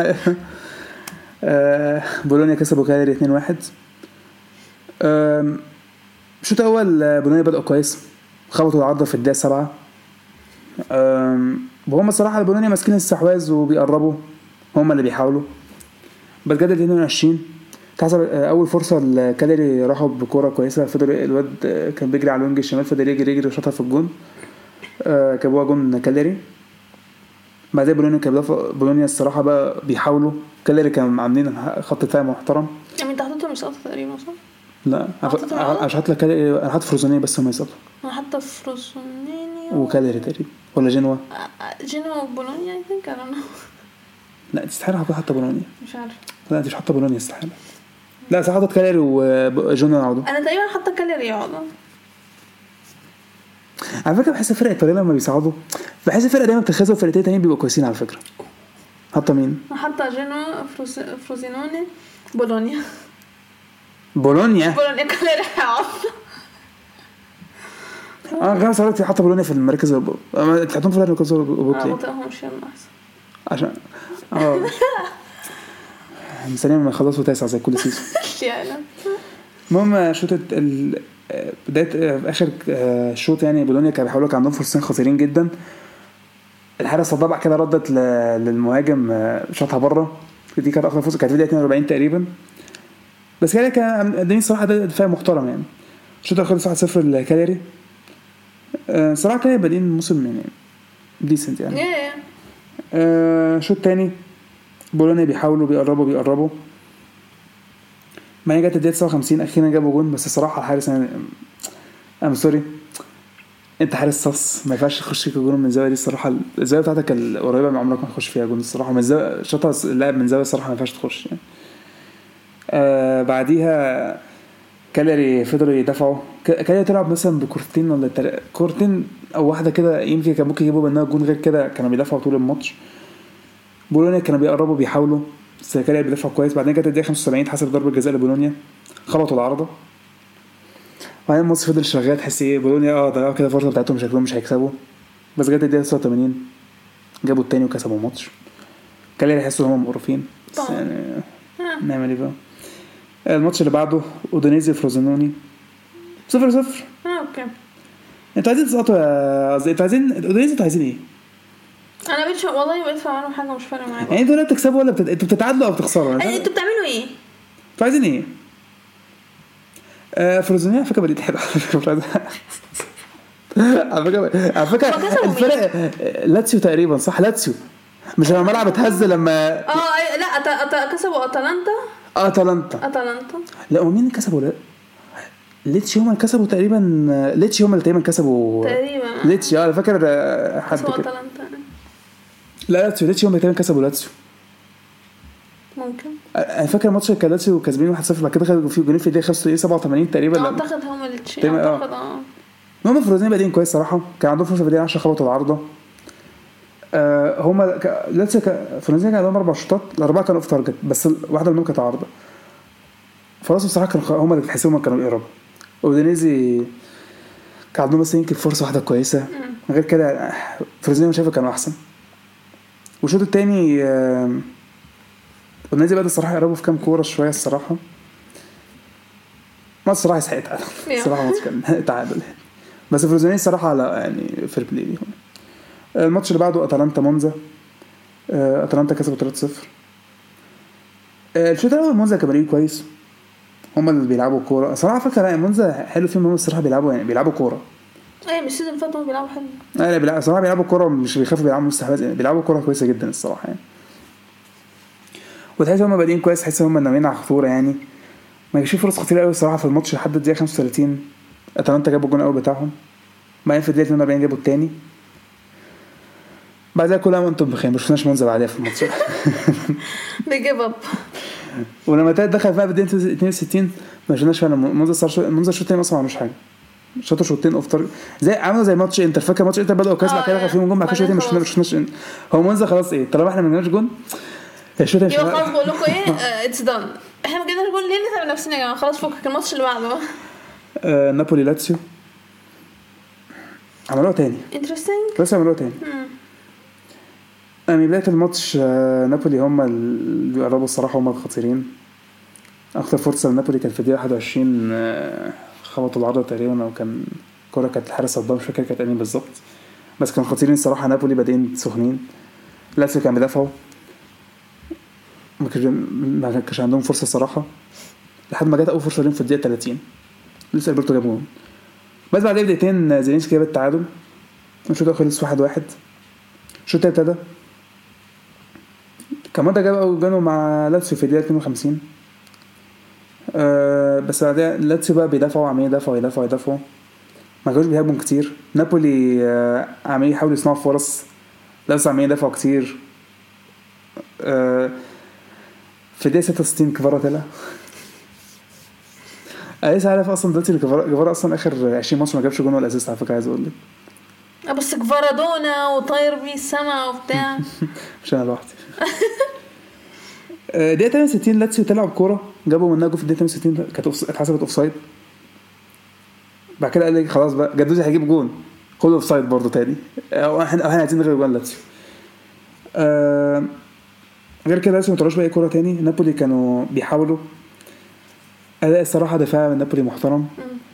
بولونيا كسبوا كاليري 2-1. شوط اول بولونيا بدأوا كويس خبطوا العرضه في الدقيقه 7. وهم الصراحه بولونيا ماسكين الاستحواذ وبيقربوا هم اللي بيحاولوا. بس جد 22 تحصل اول فرصه الكاليري راحوا بكوره كويسه فضل الواد كان بيجري على الوينج الشمال فضل يجري وشاطها في الجون. كابوها جون كاليري. بعد بولونيا الصراحه بقى بيحاولوا كاليري كانوا عاملين خط دفاع محترم. يعني انت حطيتهم يسقطوا تقريبا صح؟ لا عشان حط لك انا حاطط فروزونيه بس هم يسقطوا. انا حاطه فروزونيه وكاليري تقريبا ولا جنوا وبولونيا اي ثينك انا لا تستحيل حتى بولونيا مش عارف. لا مش حاطه بولونيا استحاله. لا حاطط كاليري وجنوا يقعدوا. انا تقريبا حاطه كاليري يقعدوا. على فكره بحس فرق ايطاليا لما بيصعدوا بحس فرق دايما بتخزوا فرقتين تانيين بيبقوا كويسين على فكره. حاطه مين؟ حاطه جنوا فروزينوني بولونيا كاليري يقعد. غير صارت حاطه بولونيا في المركز تحطهم في المركز ما تقهمش يلا احسن عشان مستنيين ما يخلصوا 9 زي كل سيزون. المهم شوط بدايه اخر شوط يعني بولونيا كانوا بيحاولوا كان عندهم فرصتين خطيرين جدا. الحارس الضبع كده ردت للمهاجم شاطها بره دي كانت اخر فرصه كانت في 42 تقريبا بس كده كان قدامي صراحه دفاع محترم يعني. الشوط الاخر 1-0 لكاليري. صراحه كده بادين موسم يعني ديسنت يعني. شوط تاني بولونيا بيحاولوا بيقربوا ما جت الدقيقه 59 اخيرا جابوا جون بس الصراحه الحارس انا سوري انت حارس صص ما ينفعش تخش في جون من الزاويه دي الصراحه. الزاويه بتاعتك القريبه من عمرك ما تخش فيها جون الصراحه من الزاويه شاطها اللاعب من زاويه الصراحه ما ينفعش تخش يعني. بعديها كاليري فضلوا يدافعوا. كاليري تلعب مثلا بكورتين ولا كورتين او واحده كده يمكن كان ممكن يجيبوا منها جون غير كده كانوا بيدافعوا طول الماتش. بولونيا كانوا بيقربوا بيحاولوا بس كاليري بيدافع كويس. بعدين جت الدقيقه 75 حسب ضربه جزاء لبولونيا خبطوا العارضه. بعدين الماتش فضل شغال تحس ايه بولونيا ضيعوا كده فرصه بتاعتهم شكلهم مش هيكسبوا بس جت الدقيقه 89 جابوا الثاني وكسبوا الماتش. كاليري يحسوا هم مقرفين يعني نعمل ايه بقى. الماتش اللي بعده اودينيزي فروزينوني 0-0. اوكي انتوا عايزين تسقطوا انتوا عايزين اودينيزي انتوا عايزين ايه؟ انا بقيت والله بقيت فاهمه حاجه مش فارقه معايا يعني انتوا لا بتكسبوا ولا انتوا بتتعادلوا او بتخسروا انتوا بتعملوا ايه؟ انتوا عايزين ايه؟ فروزينوني على فكره بديت حلوه على فكره الفرق لاتسيو تقريبا صح لاتسيو مش لما الملعب اتهز لما لا كسبوا اتلانتا لا ومين كسبوا لا ليتشي هم اللي كسبوا تقريبا ليتشي هم اللي تقريبا كسبوا ليتشي على فكره حد كده لا لاتسيو ليتشي هم اللي تقريبا كسبوا لاتسيو ممكن انا فاكر الماتش كان لاتسيو كسبانين 1-0 بعد كده خدوا فيه جولين في الدقيقه 87 تقريبا اعتقد هم ليتشي اعتقد هم فروزين بادين كويس صراحه كان عندهم فرصه بدايه 10 خبطوا العارضه. هم لاتسيو فروزين كان عندهم 4 شوطات الاربعه كانوا اوف تارجت بس واحده منهم كانت عارضه فرصه بصراحه كانوا هم اللي تحسهم كانوا بيقربوا. اودينيزي كان عندهم بس يمكن فرصه واحده كويسه غير كده فروزين شايفه كانوا احسن. والشوط الثاني اودينيزي بقى الصراحه يقربوا في كام كوره شويه الصراحه ما الصراحه يسحق تعادل الصراحه ماتش كان تعادل بس فروزين الصراحه لا يعني فير بلاي ليهم. الماتش اللي بعده اتلانتا مونزا. اتلانتا كسبوا 3-0. الشوط الاول مونزا كان كويس هم اللي بيلعبوا كوره صراحه فكره مونزا حلو فيهم هم الصراحه بيلعبوا كوره مش السيزون اللي فات هم بيلعبوا حلو لا صراحه بيلعبوا كوره مش بيخافوا بيلعبوا مستحواذ بيلعبوا كوره كويسه جدا الصراحه يعني. وتحس هم بادين كويس تحس هم ناويين على خطوره يعني ما يجيش فرص كتير قوي الصراحه في الماتش لحد الدقيقه 35 اتلانتا جابوا الجون الاول بتاعهم بعدين في الدقيقه 42 جابوا الثاني. بعدها كل عام وانتم بخير. مش شفناش منظر بعدها في الماتش. they give up. ولما دخل فيها بدين 62 ما شفناش فعلا منظر شوط تاني اصلا مش حاجه. شاطر شوطين اوفتر زي عامله زي ماتش انتر. فاكر ماتش انتر بدأوا كاس بعد كده دخل فيهم جون بعد كده شوطين مش شفناش. هو منظر خلاص ايه طالما احنا ما جبناش جون الشوط مش خلاص. بقول لكم ايه اتس دان. احنا ما جبناش جون ليه نتعب نفسنا يا جماعه. خلاص فكك الماتش اللي بعده. نابولي لاتسيو عملوها تاني interesting. بس عملوها تاني. يعني بداية الماتش نابولي هم اللي بيقربوا الصراحة. هم الخطيرين. أكتر فرصة لنابولي كان في الدقيقة 21 خبطوا العرضة تقريبا أو كان كرة كانت الحارس قدام مش فاكر كانت أنهي بالظبط. بس كانوا خطيرين الصراحة. نابولي بادئين سخنين. لاتسيو كان بيدافعوا ما كانش عندهم فرصة الصراحة لحد ما جت أول فرصة لهم في الدقيقة 30 لسه البرتو جابوا جون. بس بعد دقيقتين زيلينسكي جاب التعادل. الشوط الأول خلص 1-1. الشوط التاني ابتدى كمان ده جاب أول جون مع لاتسيو في الدقيقة 52. بس بعدها لاتسيو بقى بيدافعوا عمالين يدافعوا ما كانوش بيهاجموا كتير. نابولي عمالين يحاولوا يصنعوا فرص. لاتسيو عمالين يدافعوا كتير. في الدقيقة 66 كفارا طلع. لسه عارف اصلا دلوقتي كفارا اصلا اخر 20 ماتش ما جابش جون ولا اسيست على فكره. عايز اقول لك بس كفارادونا وطاير بيه السما وبتاع. مش انا لوحدي. دقيقة 68 لاتسيو تلعب كوره جابوا منها جول في الدقيقة 68 كانت اتحسبت اوفسايد. بعد كده قال لي خلاص بقى جدوزي هيجيب جون كله اوفسايد برضه تاني. احنا عايزين نغير جون لاتسيو. غير كده لاتسيو ما طلعوش بقى كوره تاني. نابولي كانوا بيحاولوا. اداء الصراحه دفاع من نابولي محترم.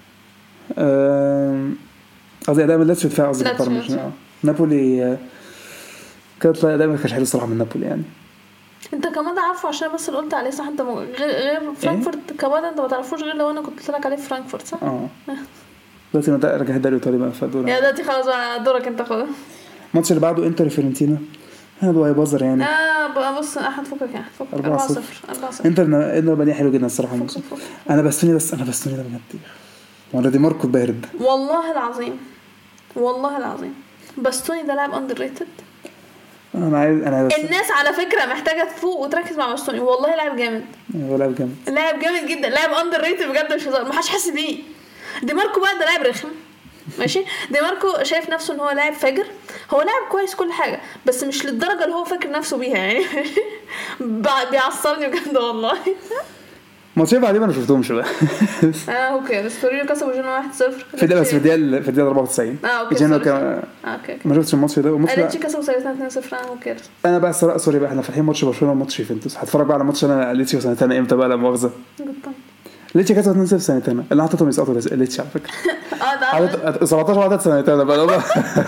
قصدي اداء من لاتسيو دفاع قصدي محترم. نابولي كانت اداء ما كانش حلو الصراحه من نابولي يعني. انت كمان عارفه عشان بس اللي قلت عليه صح. انت غير فرانكفورت كمان انت ما تعرفوش غير لو انا كنت قلت لك عليه فرانكفورت صح. دلوقتي انا رجع الدوري ايطالي بقى فدور يا دلوقتي خلاص دورك انت خلاص. الماتش اللي بعده انتر فيورنتينا هذا هيبازر يعني. بقى بص احد فكك يعني 4-0 انتر بدني حلو جدا الصراحه الماتش. انا بستني ده بجد. وانا دي ماركو بارد والله العظيم. باستوني ده لاعب اندر ريتد. انا بس الناس على فكره محتاجه تفوق وتركز مع باستوني. والله لاعب جامد. لاعب جامد جدا. لاعب اندر ريتد بجد مش هزار. ما حدش حاسس بيه. دي ماركو بقى ده لاعب رخم ماشي. دي ماركو شايف نفسه ان هو لاعب فاجر. هو لاعب كويس كل حاجه بس مش للدرجه اللي هو فاكر نفسه بيها يعني. بيعصبني بجد والله. ماتشين بعدين ما شفتهمش بقى. اوكي بس تورينو كسبوا جنوا 1-0 في ده بس في الدقيقه 94. اوكي ما شفتش الماتش ده. الماتش كسبوا 2-0. اوكي انا بقى سوري بقى احنا فاتحين ماتش برشلونه وماتش يوفنتوس. هتفرج بقى على ماتش انا ليتشي سنتين امتى بقى لا مؤاخذه. ليتشي كسبوا 2-0 سنتين اللي حطيتهم يسقطوا ليتشي على فكره. ده 17 عدد سنتين بقى.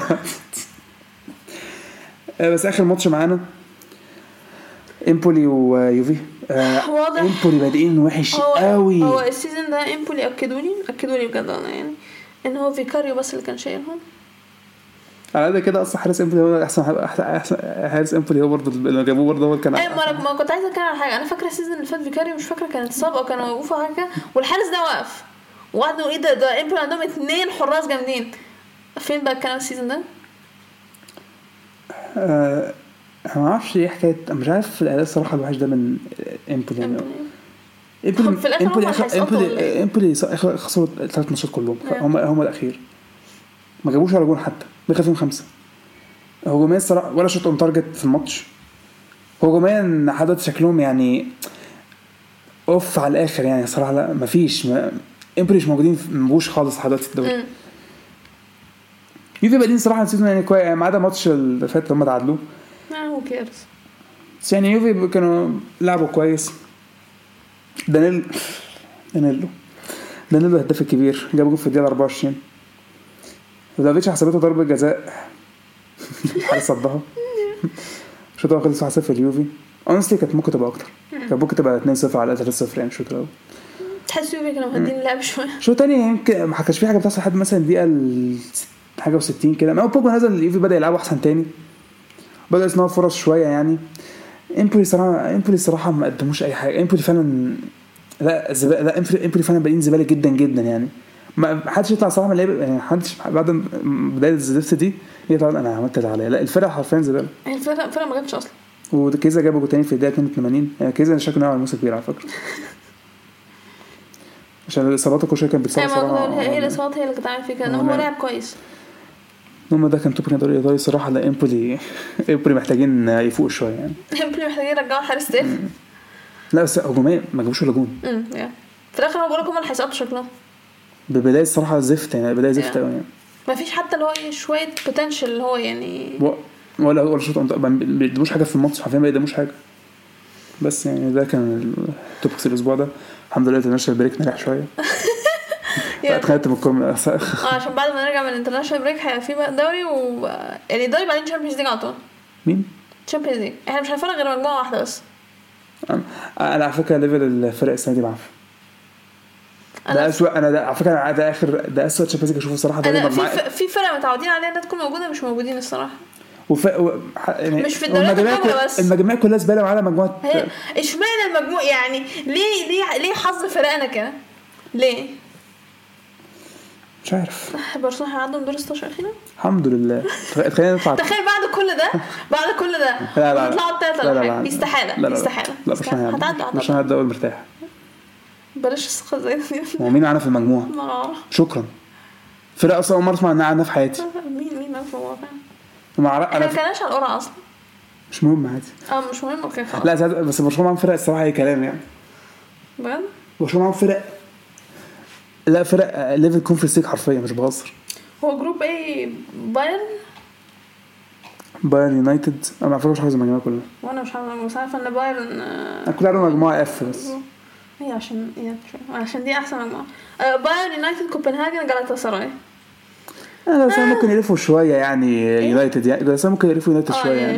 بس اخر ماتش معانا امبولي ويوفي. امبولي بادئين وحش قوي. هو السيزون ده امبولي اكدوا لي بجد انا يعني ان هو فيكاريو بس اللي كان شايلهم. على كده اصلا حارس امبولي هو احسن حارس امبولي. هو برضه اللي جابوه برضه هو كان ما كنت عايزه اتكلم عن حاجه. انا فاكره السيزون اللي فات فيكاريو مش فاكره كانت اتصاب او كانوا وقفوا حاجه والحارس ده وقف وقعدوا ايه ده امبولي عندهم 2 حراس جامدين. فين بقى كان السيزون ده؟ ما اعرفش ايه حكايه. مش عارف الاداء الصراحه الوحش ده من امبولي. امبولي خسروا 3 ماتشات كلهم. هم الاخير ما جابوش ولا جون حتى. دخل فيهم 5 هجوميا الصراحه ولا شوط اون تارجت في الماتش. هجوميا حدد شكلهم يعني اوف على الاخر يعني صراحه. لا مفيش امبولي مش موجودين مبوش خالص حدد الدوري. يوفي بادين صراحه السيزون يعني كويس ما عدا ماتش اللي فات لما تعادلوا. هو كيرس يعني يوفي كانوا لعبوا كويس. دانيلو الهداف الكبير جاب جول في الدقيقه 24. ودافيتش حسبته ضربه جزاء الحارس صدها. الشوط الاول خلص 1-0 اليوفي. اونستي كانت ممكن تبقى اكتر. كان ممكن تبقى 2-0 على 3-0 يعني. الشوط الاول تحس يوفي كانوا مهدين اللعب شويه. شوط تاني يمكن ما كانش في حاجه بتحصل لحد مثلا الدقيقه حاجه و60 كده. ما هو بوجبا نزل اليوفي بدا يلعب احسن تاني. بدا يصنع فرص شويه يعني. امبولي صراحه ما قدموش اي حاجه. امبولي فعلا امبولي فعلا بادين زباله جدا جدا يعني. ما حدش يطلع صراحه من اللعيبه يعني حدش بعد بدايه الزفت دي يطلع انا عملت اللي عليا. لا الفرقه حرفيا زباله. الفرقه ما جابش اصلا. وكيزا جابوا تاني في الدقيقه 82 يعني. كيزا انا شايف انه عمل موسم كبير على فكره عشان الاصابات كل شويه كانت بتصاب صراحه. هي الاصابات هي اللي كانت عامله فيه كده. هو لاعب كويس. هم ده كان توب دوري ايطالي صراحه. لا امبولي محتاجين يفوق شويه يعني. امبولي محتاجين يرجعوا حارس تاني. لا بس هجوميا ما جابوش ولا جون. في الاخر انا بقول لكم اللي هيسقطوا شكلهم ببدايه الصراحه زفت يعني. بدايه زفت قوي يعني. ما فيش حتى اللي هو شويه بوتنشال اللي هو يعني ولا شوط ما بيدموش حاجه في الماتش حرفيا. ما بيدموش حاجه. بس يعني ده كان التوبكس الاسبوع ده. الحمد لله الانترناشونال بريك نجح شويه. اتخانقت من الكوره عشان بعد ما نرجع من الانترناشونال بريك هيبقى في بقى دوري يعني دوري بعدين تشامبيونز ليج على طول. مين تشامبيونز ليج؟ احنا مش هنفرق غير مجموعه واحده بس. انا على فكره ليفل الفرق السنه دي معفن. ده اسوء. انا ده على فكره ده اخر ده اسوء تشامبيونز ليج اشوفه الصراحه. ده في فرق متعودين عليها انها تكون موجوده مش موجودين الصراحه. يعني مش في الدوريات الكبرى بس. المجموعه كلها زباله وعلى مجموعه. اشمعنى المجموعه يعني ليه حظ فرقنا كده ليه؟ مش عارف. برشلونه هيعدوا دور 16 اخيرا الحمد لله. خلينا نطلع. تخيل بعد كل ده نطلعوا الثالثه ولا حاجه. استحاله. لا مش هنعدي اول مرتاح. بلاش الثقه زي دي. هو مين معانا في المجموعه؟ شكرا. فرقه اصلا ما اسمع عنها في حياتي. مين ما في الموضوع احنا ما كناش على القرعه اصلا. مش مهم عادي. مش مهم. اوكي خلاص. لا بس برشلونه معاهم فرق الصراحه اي كلام يعني. بجد برشلونه معاهم فرق. لا فرق ليفل كونفرنس ليج حرفيا مش بهزر. هو جروب ايه؟ بايرن يونايتد. انا عارف مش حافظ المجموعه كلها. وانا مش عارفه ان بايرن انا كنت عارف مجموعه اف بس. هي عشان دي احسن مجموعه. بايرن يونايتد كوبنهاجن جالاتا سراي. بس ممكن يلفوا شويه يعني. يونايتد يعني بس ممكن يلفوا يونايتد شويه يعني.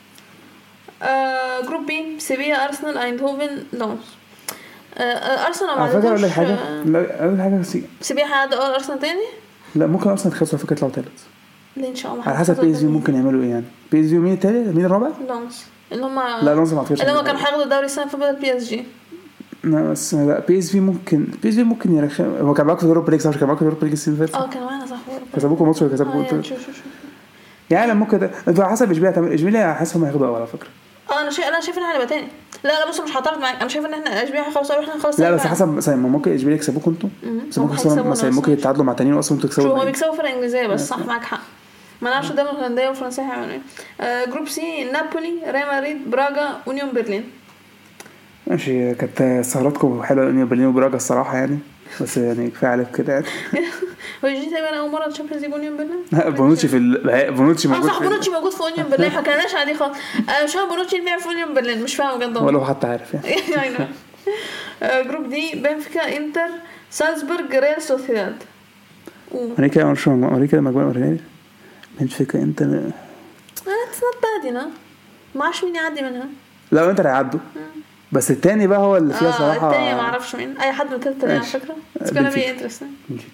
جروب بي سيفيا ارسنال ايندهوفن لونز. ارسنال على فكره اقول لك حاجه. لا اقول حاجه سيبيها حد ارسنال تاني. لا ممكن ارسنال تخسر فكره يطلعوا ثالث. ليه ان شاء الله. على حسب بي اس في ممكن يعملوا ايه يعني. بي اس في مين الثالث مين الرابع؟ لونز اللي هم. لا لونز ما اعتقدش اللي هم كانوا هياخدوا الدوري السنه اللي فاتت بي اس جي. بس لا بي اس في ممكن يرخم. هو كان معاك في اوروبا ليج صح؟ كان معاك في اوروبا ليج السنه اللي فاتت. كان معانا صح. كسبوكم ماتش ولا كسبوكم يعني ممكن انت حسب اشبيليه تعمل اشبيليه. حاسس هم هياخدوا على فكره. انا شايف ان احنا هنبقى تاني. لا بص مش هعترض معاك. انا شايف ان احنا اشبيليه هيخلص او احنا نخلص. لا بس حسب ممكن اشبيليه يكسبوكم انتوا. ممكن يتعادلوا مع تانيين اصلا انتوا تكسبوا. هم بيكسبوا فرق انجليزيه بس صح معاك حق. ما نعرفش الدوري الهولنديه والفرنسيه هيعملوا ايه. جروب سي نابولي ريال مدريد براغا اونيون برلين. ماشي. كانت سهراتكم حلوه اونيون برلين وبراغا الصراحه يعني. بس يعني كفايه عليك كده يعني. هو جديد تقريبا اول مره تشامبيونز ليج اونيون برلين. بونوتشي بونوتشي موجود. صح بونوتشي موجود في اونيون برلين. ما كناش عادي خالص. مش فاهم بونوتشي اللي بيلعب في اونيون برلين. مش فاهم بجد ولا هو حتى عارف يعني. جروب دي بنفيكا انتر سالزبورغ ريال سوسيداد. امريكا مجموعه مرينير. بنفيكا انتر. اتس نوت باد هنا. ما عادش مين يعدي منها. لا انتر هيعدوا. بس التاني بقى هو اللي فيها صراحه. التاني ما اعرفش مين. اي حد من الثلاثه على فكره. كان بي انترستنج.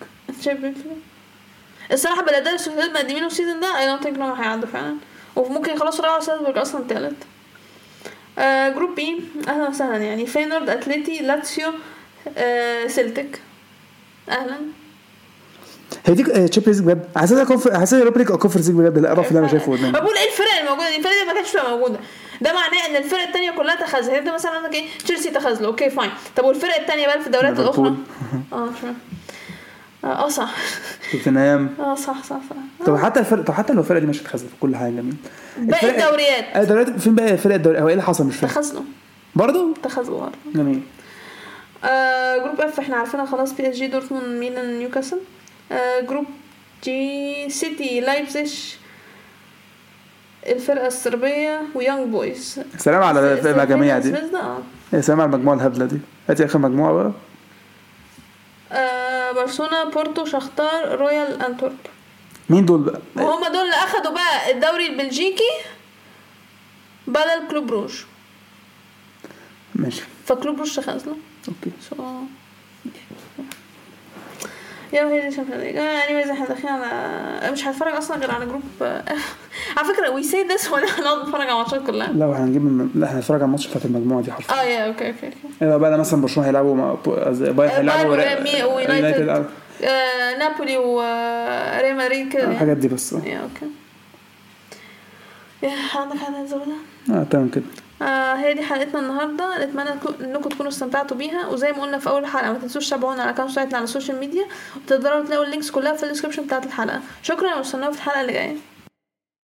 الصراحه بالاداء السوسيداد مقدمينه السيزون ده اي دونت ثينك انهم هيعدوا فعلا. وممكن يخلصوا ريال سالزبورغ اصلا ثالث. جروب بي اهلا وسهلا يعني فينورد اتلتي لاتسيو سيلتيك. اهلا. هي دي تشامبيونز بجد. حاسسها اوروبا ليج او كونفرنس ليج بجد. القرف اللي انا شايفه قدامي. بقول ايه الفرق الموجوده دي. الفرق دي ما كانتش موجوده. ده معناه ان الفرق الثانيه كلها تخاذل. انت مثلا عندك ايه تشيلسي تخاذل اوكي فاين. طب والفرق الثانيه بقى في الدوريات الاخرى صح توتنهام صح طب حتى لو الفرقه دي مش هتخاذل في كل حاجه مين باقي الدوريات فين بقى الفرق الدوري هو ايه اللي حصل مش فاهم. تخاذلوا برضه جميل. جروب اف احنا عارفينها خلاص. بي اس جي دورتموند ميلان نيوكاسل. جروب جي سيتي لايبزيج الفرقه الصربيه ويونج بويز. سلام على المجاميع دي. سلام على المجموعه الهبله دي. هاتي اخر مجموعه بقى. برشلونه بورتو شختار رويال انتورب. مين دول بقى؟ وهم دول اللي اخدوا بقى الدوري البلجيكي بدل كلوب روج. ماشي. فكلوب روج تخاذلوا. اوكي يا هي يعني احنا داخلين على مش هتفرج اصلا غير على جروب. على فكره وي سي ذس وانا هنقعد نتفرج على الماتشات كلها. لا احنا هنتفرج على الماتش بتاع المجموعه دي حرفيا. يا اوكي بقى مثلا برشلونه هيلعبوا بايرن هيلعبوا ويونايتد. نابولي وريال مدريد كده يعني. الحاجات دي بس اوكي يا عندك حاجه زودها؟ تمام كده. هي دي حلقتنا النهارده، نتمنى انكم تكونوا استمتعتوا بيها، وزي ما قلنا في اول حلقه ما تنسوش تتابعونا على اكونت بتاعتنا على السوشيال ميديا، وتقدروا تلاقوا اللينكس كلها في الديسكربشن بتاعت الحلقه. شكرا، واستنونا في الحلقه اللي جايه.